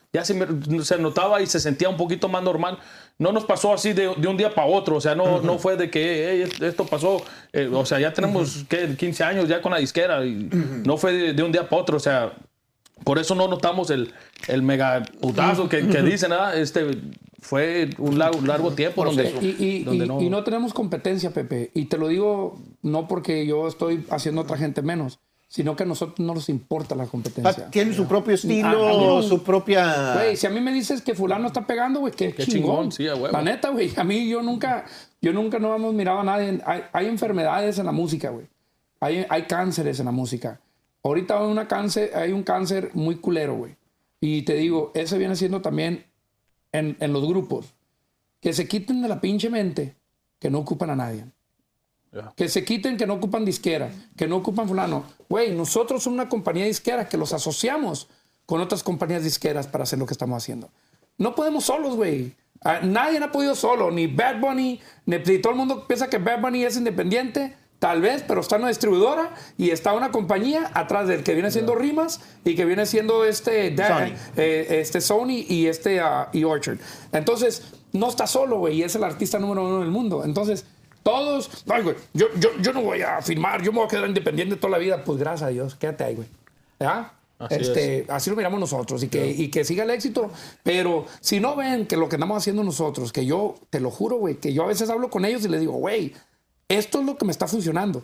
ya se notaba y se sentía un poquito más normal. No nos pasó así de un día para otro, o sea, no fue de que esto pasó, o sea, ya tenemos 15 años ya con la disquera y no fue de un día para otro, o sea, por eso no notamos el mega putazo que dicen, fue un largo tiempo y no tenemos competencia, Pepe, y te lo digo no porque yo estoy haciendo a otra gente menos, sino que a nosotros no nos importa la competencia. Tiene su propio estilo, su propia... Güey, si a mí me dices que fulano está pegando, güey, qué chingón. Sí, a huevo. La neta, güey, a mí yo nunca no hemos mirado a nadie. Hay enfermedades en la música, güey. Hay cánceres en la música. Ahorita hay un cáncer muy culero, güey. Y te digo, ese viene siendo también en los grupos. Que se quiten de la pinche mente que no ocupan a nadie. Yeah. Que se quiten que no ocupan disquera, que no ocupan fulano. Güey, nosotros somos una compañía disquera que los asociamos con otras compañías disqueras para hacer lo que estamos haciendo. No podemos solos, güey. Nadie ha podido solo, ni Bad Bunny, ni todo el mundo piensa que Bad Bunny es independiente, tal vez, pero está una distribuidora y está una compañía atrás del que viene haciendo rimas y que viene siendo Sony y Orchard. Entonces, no está solo, güey, y es el artista número 1 del mundo. Entonces, todos, ay, güey, yo no voy a firmar, yo me voy a quedar independiente toda la vida. Pues gracias a Dios, quédate ahí, güey. ¿Ya? Así lo miramos nosotros y que siga el éxito. Pero si no ven que lo que andamos haciendo nosotros, que yo, te lo juro, güey, que yo a veces hablo con ellos y les digo, güey, esto es lo que me está funcionando.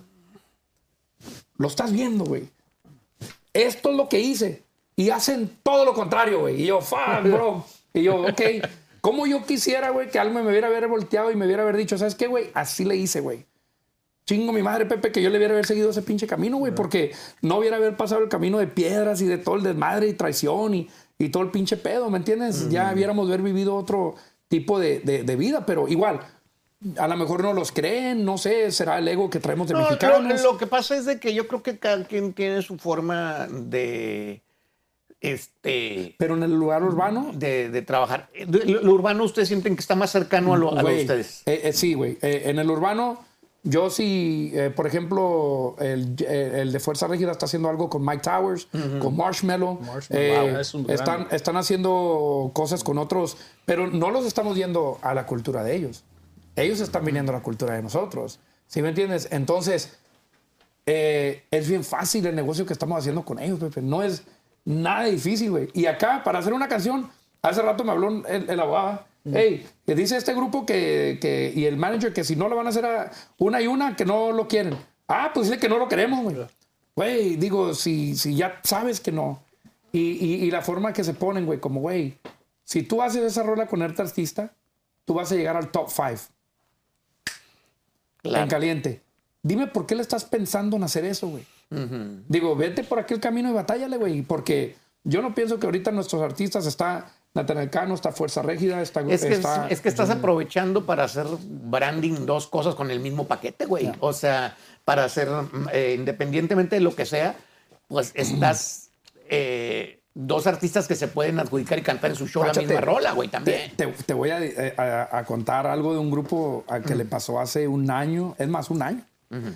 Lo estás viendo, güey. Esto es lo que hice. Y hacen todo lo contrario, güey. Y yo, fuck, bro. Y yo, ok. ¿Cómo yo quisiera, güey, que algo me hubiera haber volteado y me hubiera haber dicho, ¿sabes qué, güey? Así le hice, güey. Chingo mi madre, Pepe, que yo le hubiera haber seguido ese pinche camino, güey, porque no hubiera haber pasado el camino de piedras y de todo el desmadre y traición y todo el pinche pedo, ¿me entiendes? Ya hubiéramos vivido otro tipo de vida, pero igual, a lo mejor no los creen, no sé, será el ego que traemos de mexicanos. Lo que pasa es de que yo creo que cada quien tiene su forma de... pero en el lugar urbano de trabajar. Lo urbano, ustedes sienten que está más cercano a lo de ustedes. Sí, güey. En el urbano, yo sí, por ejemplo, el de Fuerza Régida está haciendo algo con Mike Towers, con Marshmello. Están haciendo cosas con otros, pero no los estamos yendo a la cultura de ellos. Ellos están viniendo a la cultura de nosotros. ¿Sí me entiendes? Entonces, es bien fácil el negocio que estamos haciendo con ellos, Pepe. No es nada difícil, güey. Y acá, para hacer una canción, hace rato me habló el abogado. Hey, que dice este grupo y el manager que si no lo van a hacer una y una, que no lo quieren. Ah, pues dice que no lo queremos, güey. Güey, digo, si ya sabes que no. Y la forma que se ponen, güey, como, güey, si tú haces esa rola con este artista, tú vas a llegar al top 5. Claro. En caliente. Dime por qué le estás pensando en hacer eso, güey. Digo, vete por aquel camino y batállale, güey. Porque yo no pienso que ahorita nuestros artistas está Natanael Cano, está Fuerza Régida, es que estás aprovechando para hacer branding dos cosas con el mismo paquete, güey. O sea, para hacer, independientemente de lo que sea, pues estás dos artistas que se pueden adjudicar y cantar en su show la misma rola, güey, también. Te voy a contar algo de un grupo al que le pasó hace un año, es más, un año.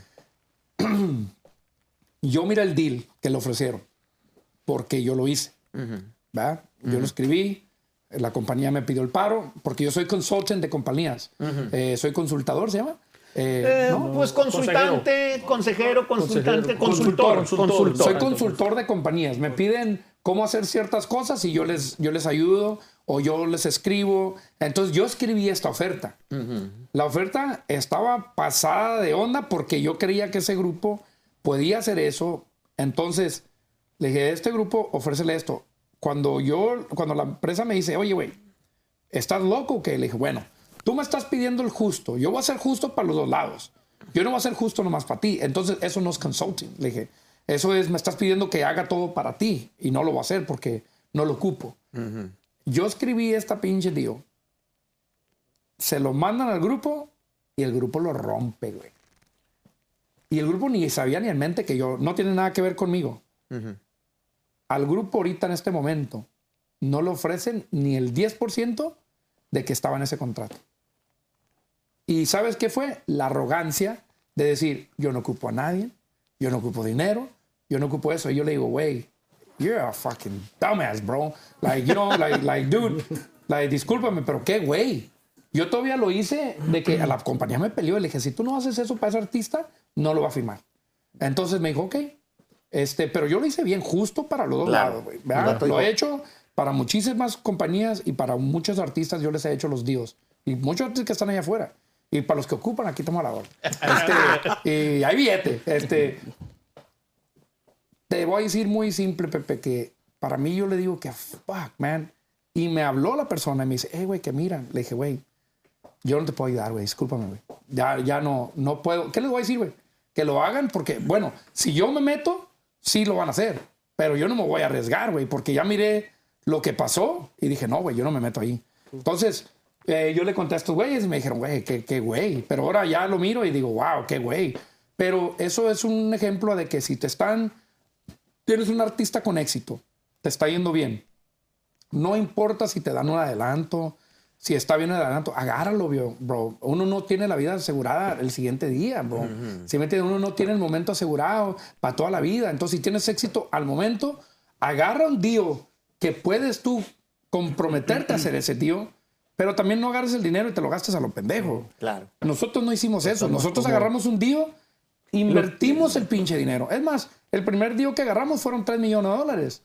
Yo miré el deal que le ofrecieron porque yo lo hice. ¿Va? Yo lo escribí, la compañía me pidió el paro porque yo soy consultant de compañías. Soy consultador, ¿se llama? ¿No? Pues consultante, consejero, consultante, consultor. Soy consultor de compañías. Me piden cómo hacer ciertas cosas y yo les ayudo o yo les escribo. Entonces yo escribí esta oferta. La oferta estaba pasada de onda porque yo creía que ese grupo podía hacer eso. Entonces le dije, este grupo, ofrécele esto. Cuando la empresa me dice, oye, güey, ¿estás loco o qué? Le dije, bueno, tú me estás pidiendo el justo. Yo voy a ser justo para los dos lados. Yo no voy a ser justo nomás para ti. Entonces, eso no es consulting. Le dije, eso es, me estás pidiendo que haga todo para ti. Y no lo voy a hacer porque no lo ocupo. Yo escribí esta pinche deal. Se lo mandan al grupo y el grupo lo rompe, güey. Y el grupo ni sabía ni en mente que yo, no tiene nada que ver conmigo. Al grupo ahorita en este momento no le ofrecen ni el 10% de que estaba en ese contrato. ¿Y sabes qué fue? La arrogancia de decir, yo no ocupo a nadie, yo no ocupo dinero, yo no ocupo eso. Y yo le digo, güey, you're a fucking dumbass, bro. Like, you know, like, dude, like, discúlpame, pero qué güey. Yo todavía lo hice de que a la compañía me peleó y le dije, si tú no haces eso para ese artista, no lo va a firmar. Entonces me dijo, ok. Pero yo lo hice bien, justo para los dos lados, güey. Lo he hecho para muchísimas compañías y para muchos artistas yo les he hecho los deals. Y muchos artistas que están allá afuera. Y para los que ocupan, aquí tomo la hora. Y hay billete. Te voy a decir muy simple, Pepe, que para mí yo le digo que fuck, man. Y me habló la persona y me dice, güey, que mira. Le dije, güey, yo no te puedo ayudar, güey. Discúlpame, güey. Ya no puedo. ¿Qué les voy a decir, güey? Que lo hagan porque, bueno, si yo me meto, sí lo van a hacer. Pero yo no me voy a arriesgar, güey, porque ya miré lo que pasó y dije, no, güey, yo no me meto ahí. Entonces, yo le conté a estos güeyes y me dijeron, güey, qué güey. Pero ahora ya lo miro y digo, wow, qué güey. Pero eso es un ejemplo de que si tienes un artista con éxito, te está yendo bien. No importa si te dan un adelanto, si está bien el adelanto, agárralo, bro. Uno no tiene la vida asegurada el siguiente día, bro. Si me entiendes, uno no tiene el momento asegurado para toda la vida. Entonces, si tienes éxito al momento, agarra un deal que puedes tú comprometerte a hacer ese deal, pero también no agarres el dinero y te lo gastes a lo pendejo. Claro. Nosotros no hicimos eso. Nosotros agarramos un deal, invertimos el pinche dinero. Es más, el primer deal que agarramos fueron $3 millones.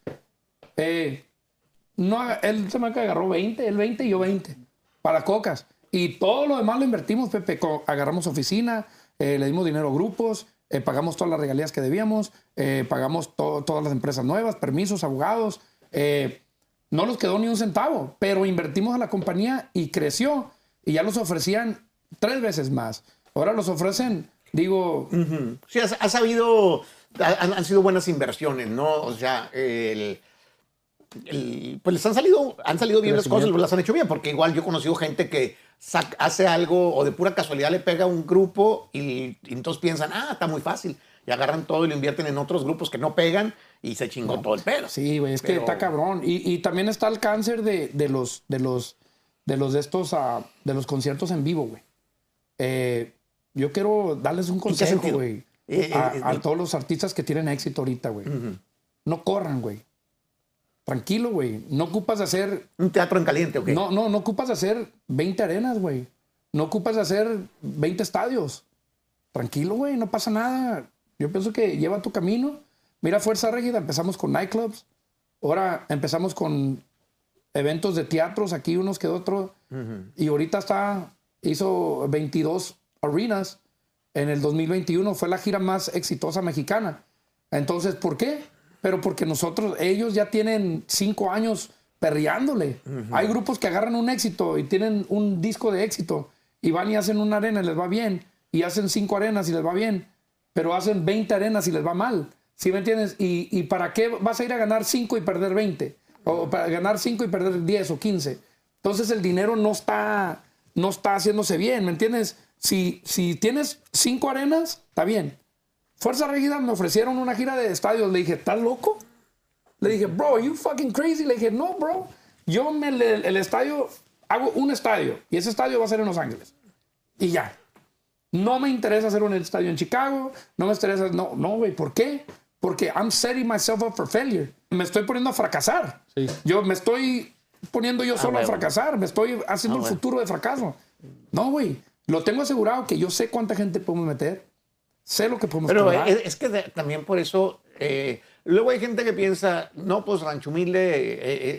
Él se me agarró 20, él 20 y yo 20 para cocas. Y todo lo demás lo invertimos, Pepe. Agarramos oficina, le dimos dinero a grupos, pagamos todas las regalías que debíamos, pagamos todas las empresas nuevas, permisos, abogados. No nos quedó ni un centavo, pero invertimos a la compañía y creció. Y ya los ofrecían 3 veces más. Ahora los ofrecen, digo... Sí, ha sabido... Han sido buenas inversiones, ¿no? O sea, pues les han salido bien las cosas, las han hecho bien, porque igual yo he conocido gente que hace algo o de pura casualidad le pega a un grupo y entonces piensan, está muy fácil, y agarran todo y lo invierten en otros grupos que no pegan y se chingó todo el pedo. Sí, güey, que está cabrón. Y también está el cáncer de los conciertos en vivo, güey. Yo quiero darles un consejo, güey, a todos los artistas que tienen éxito ahorita, güey. No corran, güey. Tranquilo, güey. No ocupas de hacer... ¿Un teatro en caliente o qué? No ocupas de hacer 20 arenas, güey. No ocupas de hacer 20 estadios. Tranquilo, güey. No pasa nada. Yo pienso que lleva tu camino. Mira, Fuerza Régida, empezamos con nightclubs. Ahora empezamos con eventos de teatros, aquí unos que otros. Y ahorita hizo 22 arenas. En el 2021 fue la gira más exitosa mexicana. Entonces, ¿por qué? Pero porque ellos ya tienen 5 años perreándole. Hay grupos que agarran un éxito y tienen un disco de éxito y van y hacen una arena y les va bien, y hacen 5 arenas y les va bien, pero hacen 20 arenas y les va mal. ¿Sí me entiendes? ¿Y para qué vas a ir a ganar 5 y perder 20? O para ganar 5 y perder 10 o 15. Entonces el dinero no está haciéndose bien, ¿me entiendes? Si tienes 5 arenas, está bien. Fuerza Régida me ofrecieron una gira de estadios. Le dije, ¿estás loco? Le dije, bro, you fucking crazy. Le dije, no, bro. Yo el estadio, hago un estadio. Y ese estadio va a ser en Los Ángeles. Y ya. No me interesa hacer un estadio en Chicago. No me interesa... No, güey. ¿Por qué? Porque I'm setting myself up for failure. Me estoy poniendo a fracasar. Sí. Yo me estoy poniendo solo a fracasar. Me estoy haciendo el futuro de fracaso. No, güey. Lo tengo asegurado que yo sé cuánta gente podemos meter. Sé lo que podemos cobrar. Pero es que también por eso... luego hay gente que piensa, no, pues Rancho Humilde,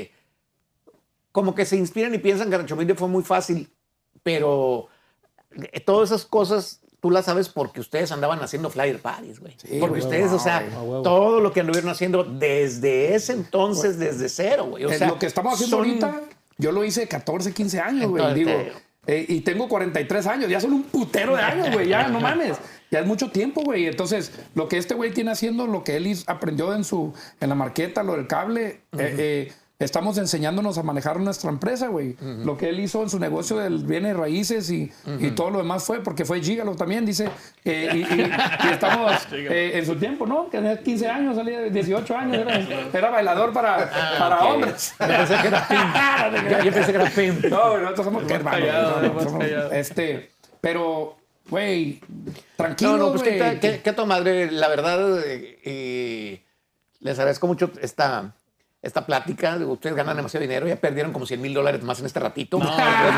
como que se inspiran y piensan que Rancho Humilde fue muy fácil, pero todas esas cosas tú las sabes porque ustedes andaban haciendo flyer parties, güey. Sí, porque ustedes, todo lo que anduvieron haciendo desde ese entonces, desde cero, güey. O sea, lo que estamos haciendo ahorita, yo lo hice 14, 15 años, güey. Digo, y tengo 43 años, ya son un putero de años, güey, ya no mames. Ya es mucho tiempo, güey. Entonces, lo que este güey tiene haciendo, lo que él aprendió en la marqueta, lo del cable, estamos enseñándonos a manejar nuestra empresa, güey. Lo que él hizo en su negocio del bienes raíces y todo lo demás porque fue Gigalo también, dice. Y estamos en su tiempo, ¿no? Que tenía 15 años, salía de 18 años, era bailador para hombres. Yo pensé que era pimp. Yo pensé que era pimp. No, nosotros somos hermanos. Pero... Güey, tranquilo, pues güey. que tu madre, la verdad, Les agradezco mucho esta plática. Ustedes ganan demasiado dinero, ya perdieron como $100,000 más en este ratito. No,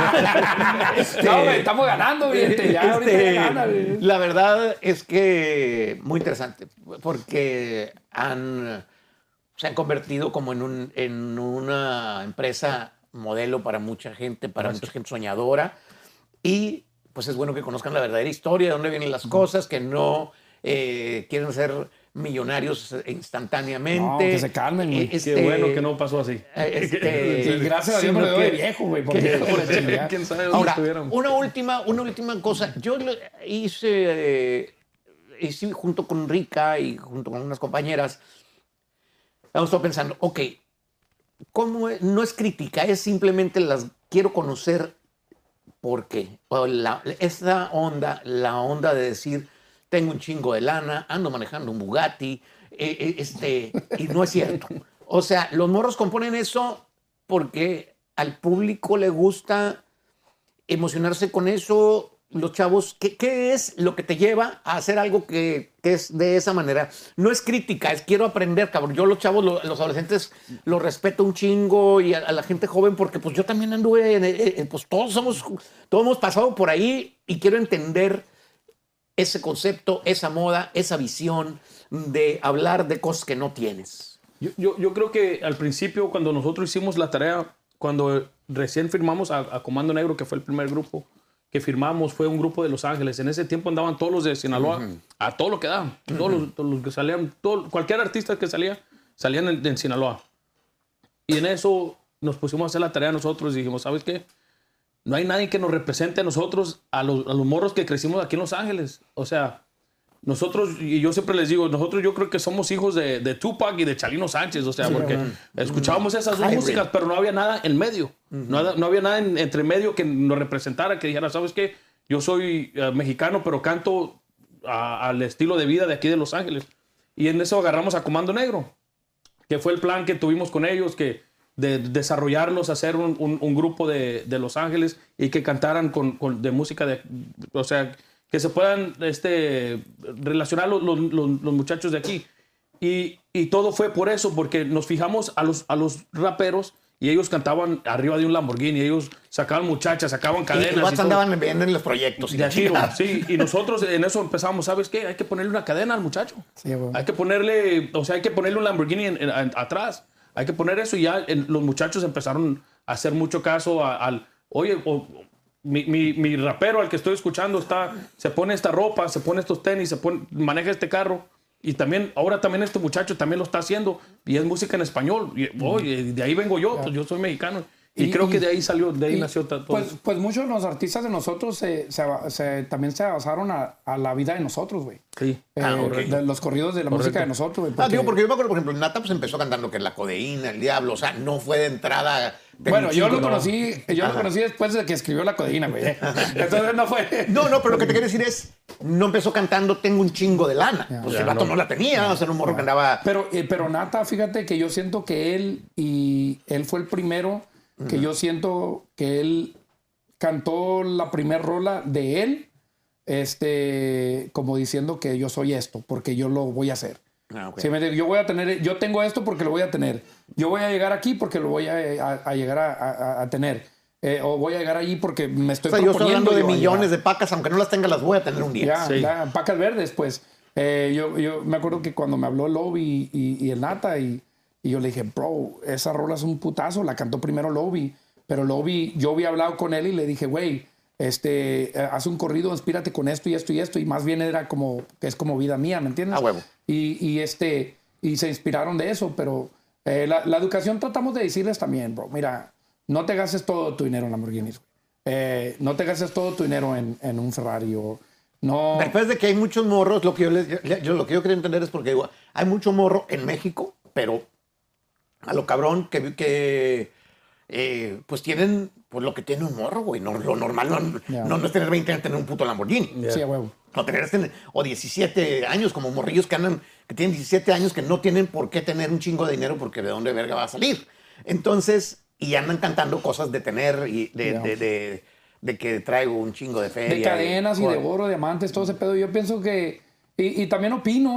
güey, estamos ganando, gente. Ya ahorita ya gana, güey. La verdad es que muy interesante, porque se han convertido como en una empresa modelo para mucha gente, mucha gente soñadora. Y pues es bueno que conozcan la verdadera historia, de dónde vienen las cosas, que no quieren ser millonarios instantáneamente. No, que se calmen, güey. Qué bueno que no pasó así. Y gracias a Dios me lo veo de viejo, güey. ¿Quién sabe dónde Ahora, estuvieron? una última cosa. Yo hice junto con Rica y junto con unas compañeras, hemos estado pensando, ok, ¿cómo es? No es crítica, es simplemente las quiero conocer por qué. La onda de decir, tengo un chingo de lana, ando manejando un Bugatti, y no es cierto. O sea, los morros componen eso porque al público le gusta emocionarse con eso. Los chavos, ¿qué es lo que te lleva a hacer algo que es de esa manera? No es crítica, es quiero aprender, cabrón. Yo los chavos, los adolescentes, los respeto un chingo, y a la gente joven, porque pues yo también anduve, pues todos hemos pasado por ahí, y quiero entender ese concepto, esa moda, esa visión de hablar de cosas que no tienes. Yo creo que al principio, cuando nosotros hicimos la tarea, cuando recién firmamos a Comando Negro, que fue el primer grupo que firmamos, fue un grupo de Los Ángeles. En ese tiempo andaban todos los de Sinaloa, a todo lo que daban. Todos los que salían, cualquier artista que salían en Sinaloa. Y en eso nos pusimos a hacer la tarea nosotros y dijimos, ¿sabes qué? No hay nadie que nos represente a nosotros, a los morros que crecimos aquí en Los Ángeles. O sea, nosotros, y yo siempre les digo, nosotros yo creo que somos hijos de Tupac y de Chalino Sánchez. O sea, porque escuchábamos esas dos músicas, pero no había nada en medio. No había nada entre medio que nos representara, que dijera, ¿sabes qué? Yo soy mexicano, pero canto al estilo de vida de aquí de Los Ángeles. Y en eso agarramos a Comando Negro, que fue el plan que tuvimos con ellos, de desarrollarlos, hacer un grupo de Los Ángeles y que cantaran de música o sea, que se puedan relacionar los muchachos de aquí. Y todo fue por eso, porque nos fijamos a los raperos y ellos cantaban arriba de un Lamborghini, ellos sacaban muchachas, sacaban cadenas. Y andaban viendo en los proyectos. Y nosotros en eso empezamos, ¿sabes qué? Hay que ponerle una cadena al muchacho. Sí, bueno. Hay que ponerle un Lamborghini atrás. Hay que poner eso, y ya los muchachos empezaron a hacer mucho caso oye, mi rapero al que estoy escuchando se pone esta ropa, se pone estos tenis, maneja este carro, y ahora también este muchacho también lo está haciendo, y es música en español. Y, de ahí vengo yo, pues yo soy mexicano. Y creo que de ahí nació todo. Pues muchos de los artistas de nosotros también se basaron a la vida de nosotros, güey. Sí. De los corridos de la música de nosotros, güey. Porque yo me acuerdo, por ejemplo, Nata pues empezó cantando que la codeína, el diablo, o sea, no fue de entrada. Bueno, yo lo conocí después de que escribió la codeína, güey. Entonces no fue. No, pero lo que te quiero decir es, no empezó cantando tengo un chingo de lana. Pues el vato no la tenía, o sea, un morro que andaba. Pero Nata, fíjate que yo siento que él fue el primero. Que yo siento que él cantó la primer rola de él, como diciendo que yo soy esto, porque yo lo voy a hacer. Okay. Sí, yo tengo esto porque lo voy a tener. Yo voy a llegar aquí porque lo voy a llegar a tener. O voy a llegar allí porque me estoy proponiendo. Yo estoy hablando de millones de pacas, aunque no las tenga, las voy a tener un día. Ya, pacas verdes, pues. Yo me acuerdo que cuando me habló Lobby y el Nata y yo le dije, bro, esa rola es un putazo. La cantó primero Lobby. Pero Lobby, yo había hablado con él y le dije, güey, haz un corrido, inspírate con esto y esto y esto. Y más bien era que es como vida mía, ¿me entiendes? A huevo. Y se inspiraron de eso. Pero la educación tratamos de decirles también, bro, mira, no te gastes todo tu dinero en Lamborghinis. No te gastes todo tu dinero en un Ferrari o... No. Después de que hay muchos morros, lo que yo quería entender es porque digo, hay mucho morro en México, pero a lo cabrón que pues tienen pues lo que tiene un morro, güey. No, lo normal no es tener 20 años, tener un puto Lamborghini. Sí, a huevo. No tener o 17 años, como morrillos que tienen 17 años, que no tienen por qué tener un chingo de dinero porque de dónde verga va a salir. Entonces, y andan cantando cosas de tener y de que traigo un chingo de feria. De cadenas y de oro, diamantes, todo ese pedo. Yo pienso que, y también opino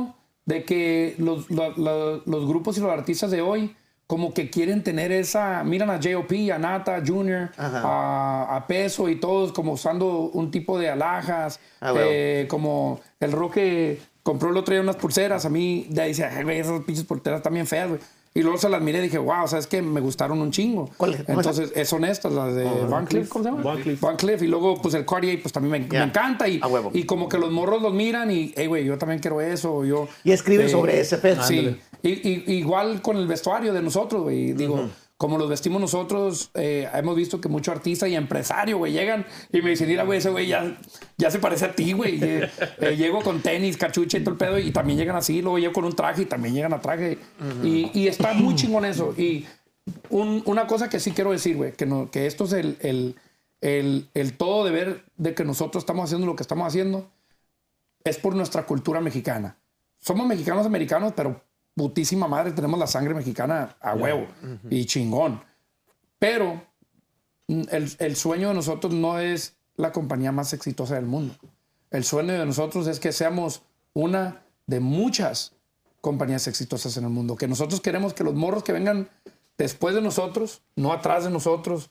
de que los grupos y los artistas de hoy como que quieren tener esa... Miran a J.O.P., a Nata, Junior, a Peso y todos como usando un tipo de alhajas. Como el Roque compró el otro día unas pulseras. A mí de ahí dice, güey, esas pinches pulseras están bien feas, güey. Y luego se las miré y dije, wow, ¿sabes qué? Me gustaron un chingo. Entonces, son estas, las de Van Cleef, ¿cómo se llama? Van Cleef. Y luego, pues, el Cartier, pues, también me encanta. Y como que los morros los miran y, hey, güey, yo también quiero eso. Y escriben sobre ese pedo. Sí. Igual con el vestuario de nosotros, güey. Digo, como los vestimos nosotros, hemos visto que muchos artistas y empresarios, güey, llegan y me dicen, mira, güey, ese güey ya se parece a ti, güey. Llego con tenis, cachucha y todo el pedo y también llegan así. Luego llego con un traje y también llegan a traje. Y está muy chingón eso. Y una cosa que sí quiero decir, güey, que esto es el todo de ver de que nosotros estamos haciendo lo que estamos haciendo es por nuestra cultura mexicana. Somos mexicanos americanos, pero putísima madre, tenemos la sangre mexicana a huevo y chingón. Pero el sueño de nosotros no es la compañía más exitosa del mundo. El sueño de nosotros es que seamos una de muchas compañías exitosas en el mundo. Que nosotros queremos que los morros que vengan después de nosotros, no atrás de nosotros,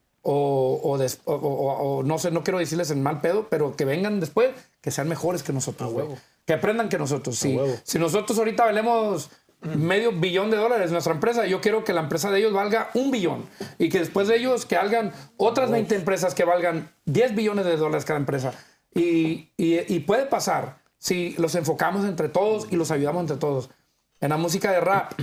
o no sé, no quiero decirles en mal pedo, pero que vengan después, que sean mejores que nosotros, güey. Que aprendan que nosotros, sí. Si nosotros ahorita valemos $500 million nuestra empresa, yo quiero que la empresa de ellos valga $1 billón y que después de ellos que hagan otras 20 empresas que valgan $10 billones cada empresa. Y puede pasar si los enfocamos entre todos y los ayudamos entre todos. En la música de rap,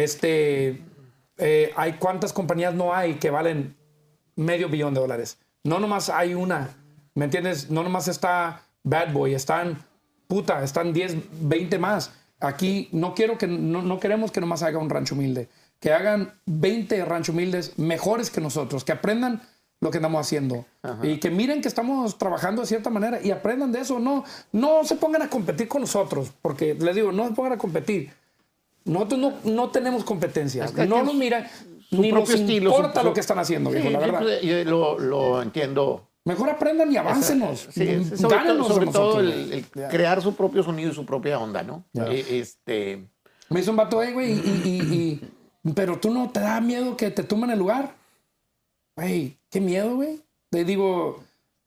hay cuántas compañías no hay que valen $500 million. No nomás hay una, ¿me entiendes? No nomás está Bad Boy, están 10, 20 más. Aquí no queremos que nomás haga un Rancho Humilde, que hagan 20 Rancho Humildes mejores que nosotros, que aprendan lo que andamos haciendo y que miren que estamos trabajando de cierta manera y aprendan de eso. No se pongan a competir con nosotros, porque les digo, no se pongan a competir. Nosotros no tenemos competencia. Es que no nos miran, ni nos importa lo que están haciendo, viejo, la verdad. Yo lo entiendo. Mejor aprendan y aváncenos. Sobre todo el crear su propio sonido y su propia onda, ¿no? Me hizo un vato, güey, pero tú no te da miedo que te tumben el lugar. Güey, qué miedo, güey. Le digo,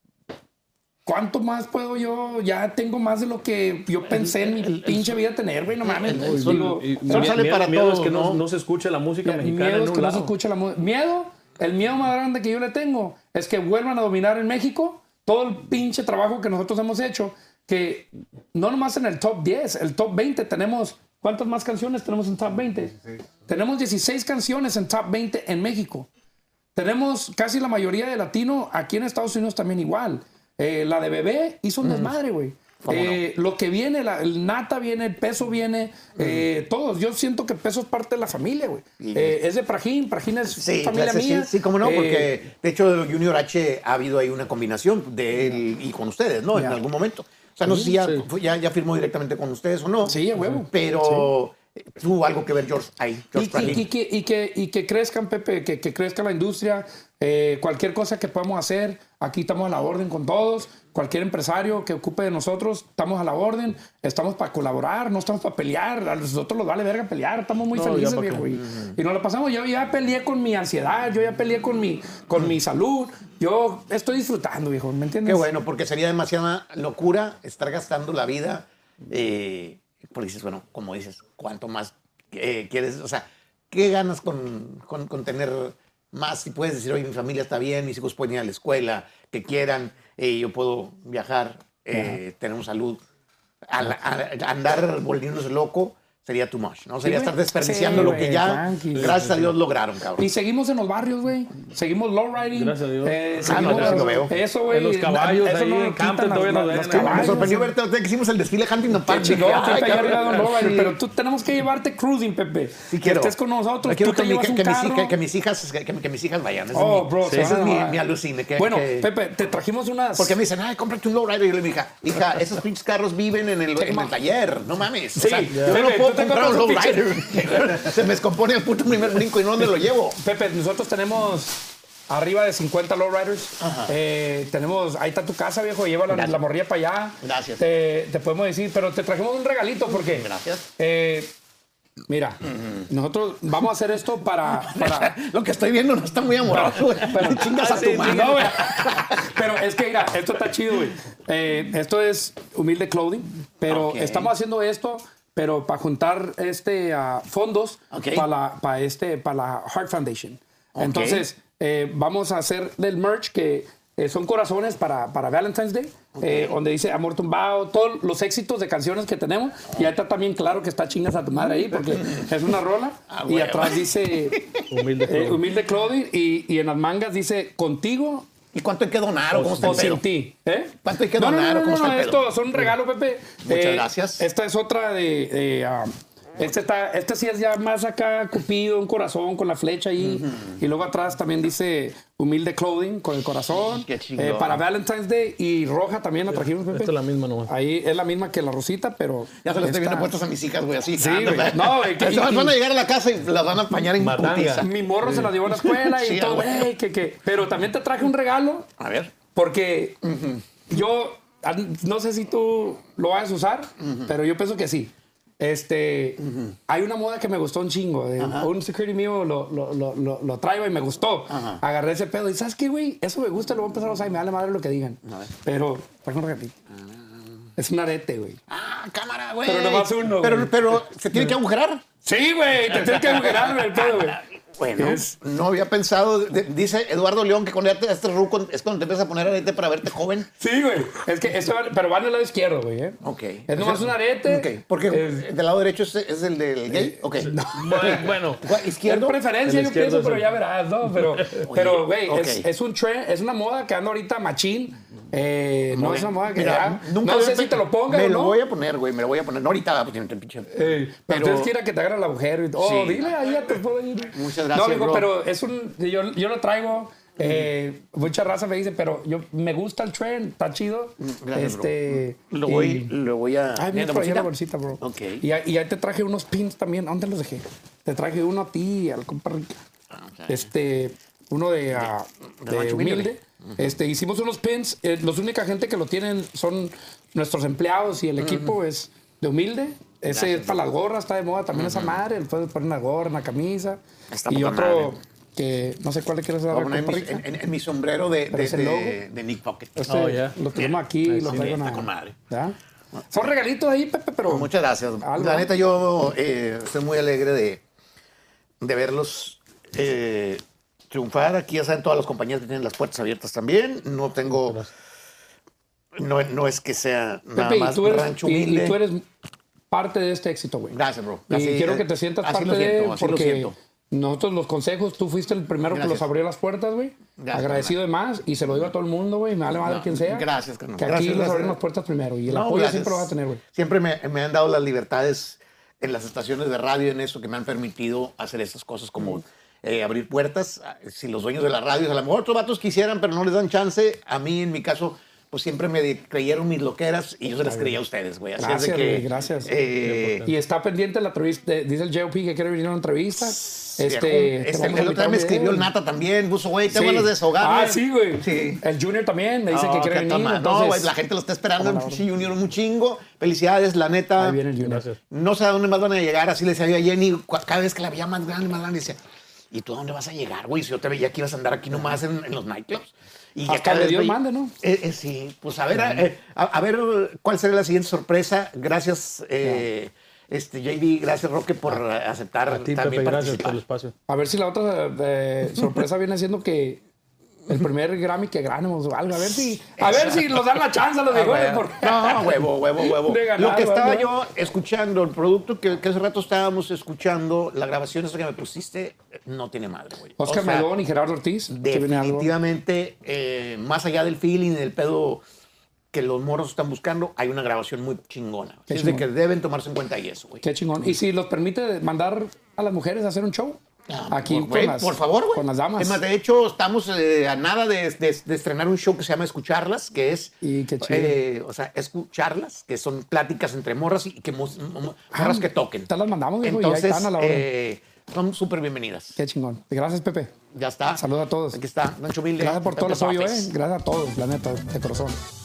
¿cuánto más puedo yo? Ya tengo más de lo que yo pensé en mi pinche vida tener, güey. No mames. Eso sale para todos. Es que no se escuche la música mexicana. Miedo es que no se escuche la música. El miedo más grande que yo le tengo es que vuelvan a dominar en México todo el pinche trabajo que nosotros hemos hecho, que no nomás en el top 10, el top 20 tenemos... ¿Cuántas más canciones tenemos en top 20? 16. Tenemos 16 canciones en top 20 en México. Tenemos casi la mayoría de latino aquí en Estados Unidos también igual. La de Bebé hizo un desmadre, güey. Lo que viene, el Nata viene, el Peso viene, todos. Yo siento que Peso es parte de la familia, güey. Es de Prajín es familia mía. Sí, cómo no, porque de hecho Junior H ha habido ahí una combinación de él y con ustedes, ¿no? En algún momento. O sea, no sé si ya firmó directamente con ustedes o no. Sí, a huevo. Pero tuvo algo que ver George ahí. Y que crezcan, Pepe, que crezca la industria. Cualquier cosa que podamos hacer, aquí estamos a la orden con todos. Cualquier empresario que ocupe de nosotros, estamos a la orden. Estamos para colaborar, no estamos para pelear. A nosotros nos vale verga pelear. Estamos muy felices, viejo. Y nos lo pasamos. Yo ya peleé con mi ansiedad, yo ya peleé con mi salud. Yo estoy disfrutando, viejo. ¿Me entiendes? Qué bueno, porque sería demasiada locura estar gastando la vida. Porque dices, bueno, como dices, ¿cuánto más quieres? O sea, ¿qué ganas con tener más? Si puedes decir, oye, mi familia está bien, mis hijos pueden ir a la escuela, que quieran, yo puedo viajar, tener salud. Andar volviéndose loco sería too much, ¿no? Sería estar desperdiciando lo que ya, gracias a Dios, lograron, cabrón. Y seguimos en los barrios, güey. Seguimos lowriding. Gracias a Dios. No, lo veo. Eso, güey. En los caballos, eso ahí no en Campton todavía nos ven. los caballos. Me sorprendió verte que hicimos el desfile Huntington Park. Pero tú tenemos que llevarte cruising, Pepe. Sí, quiero. Que estés con nosotros. Quiero tú te llevas un carro. que mis hijas vayan. Ese es mi alucine. Bueno, Pepe, te trajimos unas... Porque me dicen, cómprate un lowrider. Y yo le digo, hija, esos pinches carros viven en el taller. No mames. Sí, yo no puedo comprar un lowrider. Se me descompone el puto primer brinco y no me lo llevo. Pepe, nosotros tenemos arriba de 50 lowriders. Tenemos, ahí está tu casa, viejo, lleva la morrilla para allá. Gracias. Te podemos decir, pero te trajimos un regalito porque... Gracias. Mira, nosotros vamos a hacer esto para... Lo que estoy viendo no está muy amoroso, güey. Pero Chingas a tu madre. no, güey. Pero es que, mira, esto está chido, güey. Esto es Humilde Clothing, pero estamos haciendo esto, pero para juntar fondos para la Heart Foundation. Entonces, vamos a hacer del merch que son corazones para Valentine's Day, donde dice Amor Tumbado, todos los éxitos de canciones que tenemos. Y ahí está también claro que está chingas a tu madre ahí, porque es una rola. Y atrás dice Humilde Clothing, y en las mangas dice Contigo. ¿Y cuánto hay que donar o cómo está el pedo? Sin ti. ¿Cuánto hay que donar o cómo está el pedo? Esto son regalos, Pepe. Muchas gracias. Esta es otra este sí es ya más acá, Cupido, un corazón con la flecha ahí. Y luego atrás también dice Humilde Clothing con el corazón. Qué chingón. Para Valentine's Day. Y roja también la trajimos, Pepe. Esta es la misma nomás. Ahí es la misma que la rosita, pero... Ya se las estoy viendo puestas a mis hijas, güey, así. Sí, güey. No, güey. Van a llegar a la casa y las van a apañar en putiza. Mi morro se la llevó a la escuela y Sí, todo. güey. Pero también te traje un regalo. A ver. Porque yo no sé si tú lo vas a usar, pero yo pienso que sí. Hay una moda que me gustó un chingo. Un security mío lo traigo y me gustó. Agarré ese pedo y ¿sabes qué, güey? Eso me gusta, lo voy a empezar a usar y me vale madre lo que digan. Pero, traje un regalito. Es un arete, güey. Cámara, güey. Pero nomás uno, Pero, ¿se tiene que agujerar? Sí, güey, te tienes que agujerar el pedo, güey. Bueno, no había pensado. Dice Eduardo León que cuando ya te este ruco es cuando te empiezas a poner arete para verte joven. Sí, güey. Es que eso, pero va en el lado izquierdo, güey. Ok. Es nomás un arete. Ok. Porque del lado derecho es el del gay. Ok. Bueno. ¿Izquierdo? Es preferencia, El yo pienso, izquierdo pero es ya verás, ¿no? Pero, güey, ok. es un trend, es una moda que anda ahorita machín. No es una moda que Mira, ya... No sé si te lo pongas o no. Me lo voy a poner, güey. Me lo voy a poner. No ahorita, pues tiene un pinche. Pero tienes que ir a que te agarre el agujero. Sí. Dile ahí a tu puedo ir. Muchas gracias, No, digo, bro. pero es un... Yo lo traigo... mucha raza me dice, pero me gusta el trend, está chido. Gracias, bro. Lo voy a... Ay, mira, por ahí la bolsita, bro. Ok. Y ahí te traje unos pins también. ¿Dónde los dejé? Te traje uno a ti, al compa Rica. Uno de Humilde. Hicimos unos pins. Los única gente que lo tienen son nuestros empleados y el equipo es de Humilde. Ese es para las gorras, está de moda también esa madre. Le puedes poner una gorra, una camisa. Está Y poca otro madre. Que no sé cuál le quieres dar. Voy a al poner compa Rica. en mi sombrero de logo. Nick Pocket. Ya. Lo tenemos aquí, lo traigo está con madre. ¿Ya? Son regalitos ahí, Pepe, pero... Muchas gracias. Algo. La neta, yo estoy muy alegre de verlos triunfar. Aquí ya saben todas las compañías que tienen las puertas abiertas también. No tengo... No es que sea nada Pepe, más y rancho humilde. y tú eres parte de este éxito, güey. Gracias, bro. Y quiero que te sientas así parte lo siento, de él así lo porque siento. nosotros los consejos, tú fuiste el primero que Gracias. los abrió las puertas, güey. Gracias, Agradecido de más y se lo digo a todo el mundo, güey. Me vale madre quien sea. Gracias, carnal. Que aquí Gracias, les gracias. abrimos las puertas primero y el No, apoyo gracias. siempre lo vas a tener, güey. Siempre me han dado las libertades en las estaciones de radio, en eso, que me han permitido hacer esas cosas como abrir puertas. Si los dueños de las radios, a lo mejor otros vatos quisieran, pero no les dan chance. A mí, en mi caso, pues siempre me creyeron mis loqueras y yo se las creía a ustedes, güey. Así Gracias, es de que, güey, gracias. y Y está pendiente la entrevista. Dice el JOP que quiere venir a una entrevista. el otro día me escribió el Nata también, puso, güey, te van a desahogar. Sí, güey. Sí. El Junior también me dice que quiere venir. No, Entonces, güey, la gente lo está esperando, el Junior un chingo. Felicidades, la neta. ahí viene el Junior. Gracias. No sé a dónde más van a llegar, así le decía yo a Jenny, cada vez que la veía más grande, decía, ¿y tú a dónde vas a llegar, güey? Si yo te veía que ibas a andar aquí nomás en los nightclubs. Y Hasta cada le vez Dios veía- mande, ¿no? Sí, pues a ver cuál será la siguiente sorpresa. Gracias, JB, gracias, Roque, por aceptar A ti, también Pepe, gracias por participar. el espacio. A ver si la otra sorpresa viene siendo que el primer Grammy que ganemos o algo. A ver si nos dan la chance a los viejones. No, huevo. De ganar, Lo que estaba ¿no? yo escuchando, el producto que hace rato estábamos escuchando, la grabación esa que me pusiste, no tiene madre, güey. Oscar O sea, Melón y Gerardo Ortiz. que viene algo. definitivamente, más allá del feeling, del pedo que los morros están buscando, hay una grabación muy chingona. Qué Es de chingón. que deben tomarse en cuenta y eso, güey. Qué chingón. Y si los permite mandar a las mujeres a hacer un show. Aquí Güey, con las, por favor, güey. con las damas. Es más, de hecho, estamos a nada de estrenar un show que se llama Escucharlas, que es, Y qué chido. o sea, escucharlas, que son pláticas entre morras y que morras que toquen. Te las mandamos, viejo, y ahí Entonces, están a la hora. son súper bienvenidas. Qué chingón. Gracias, Pepe. Ya está. Saludos a todos. Aquí está, Nacho Humilde. Gracias por todo el Pepe apoyo, Sofes. Gracias a todos, la neta, de corazón.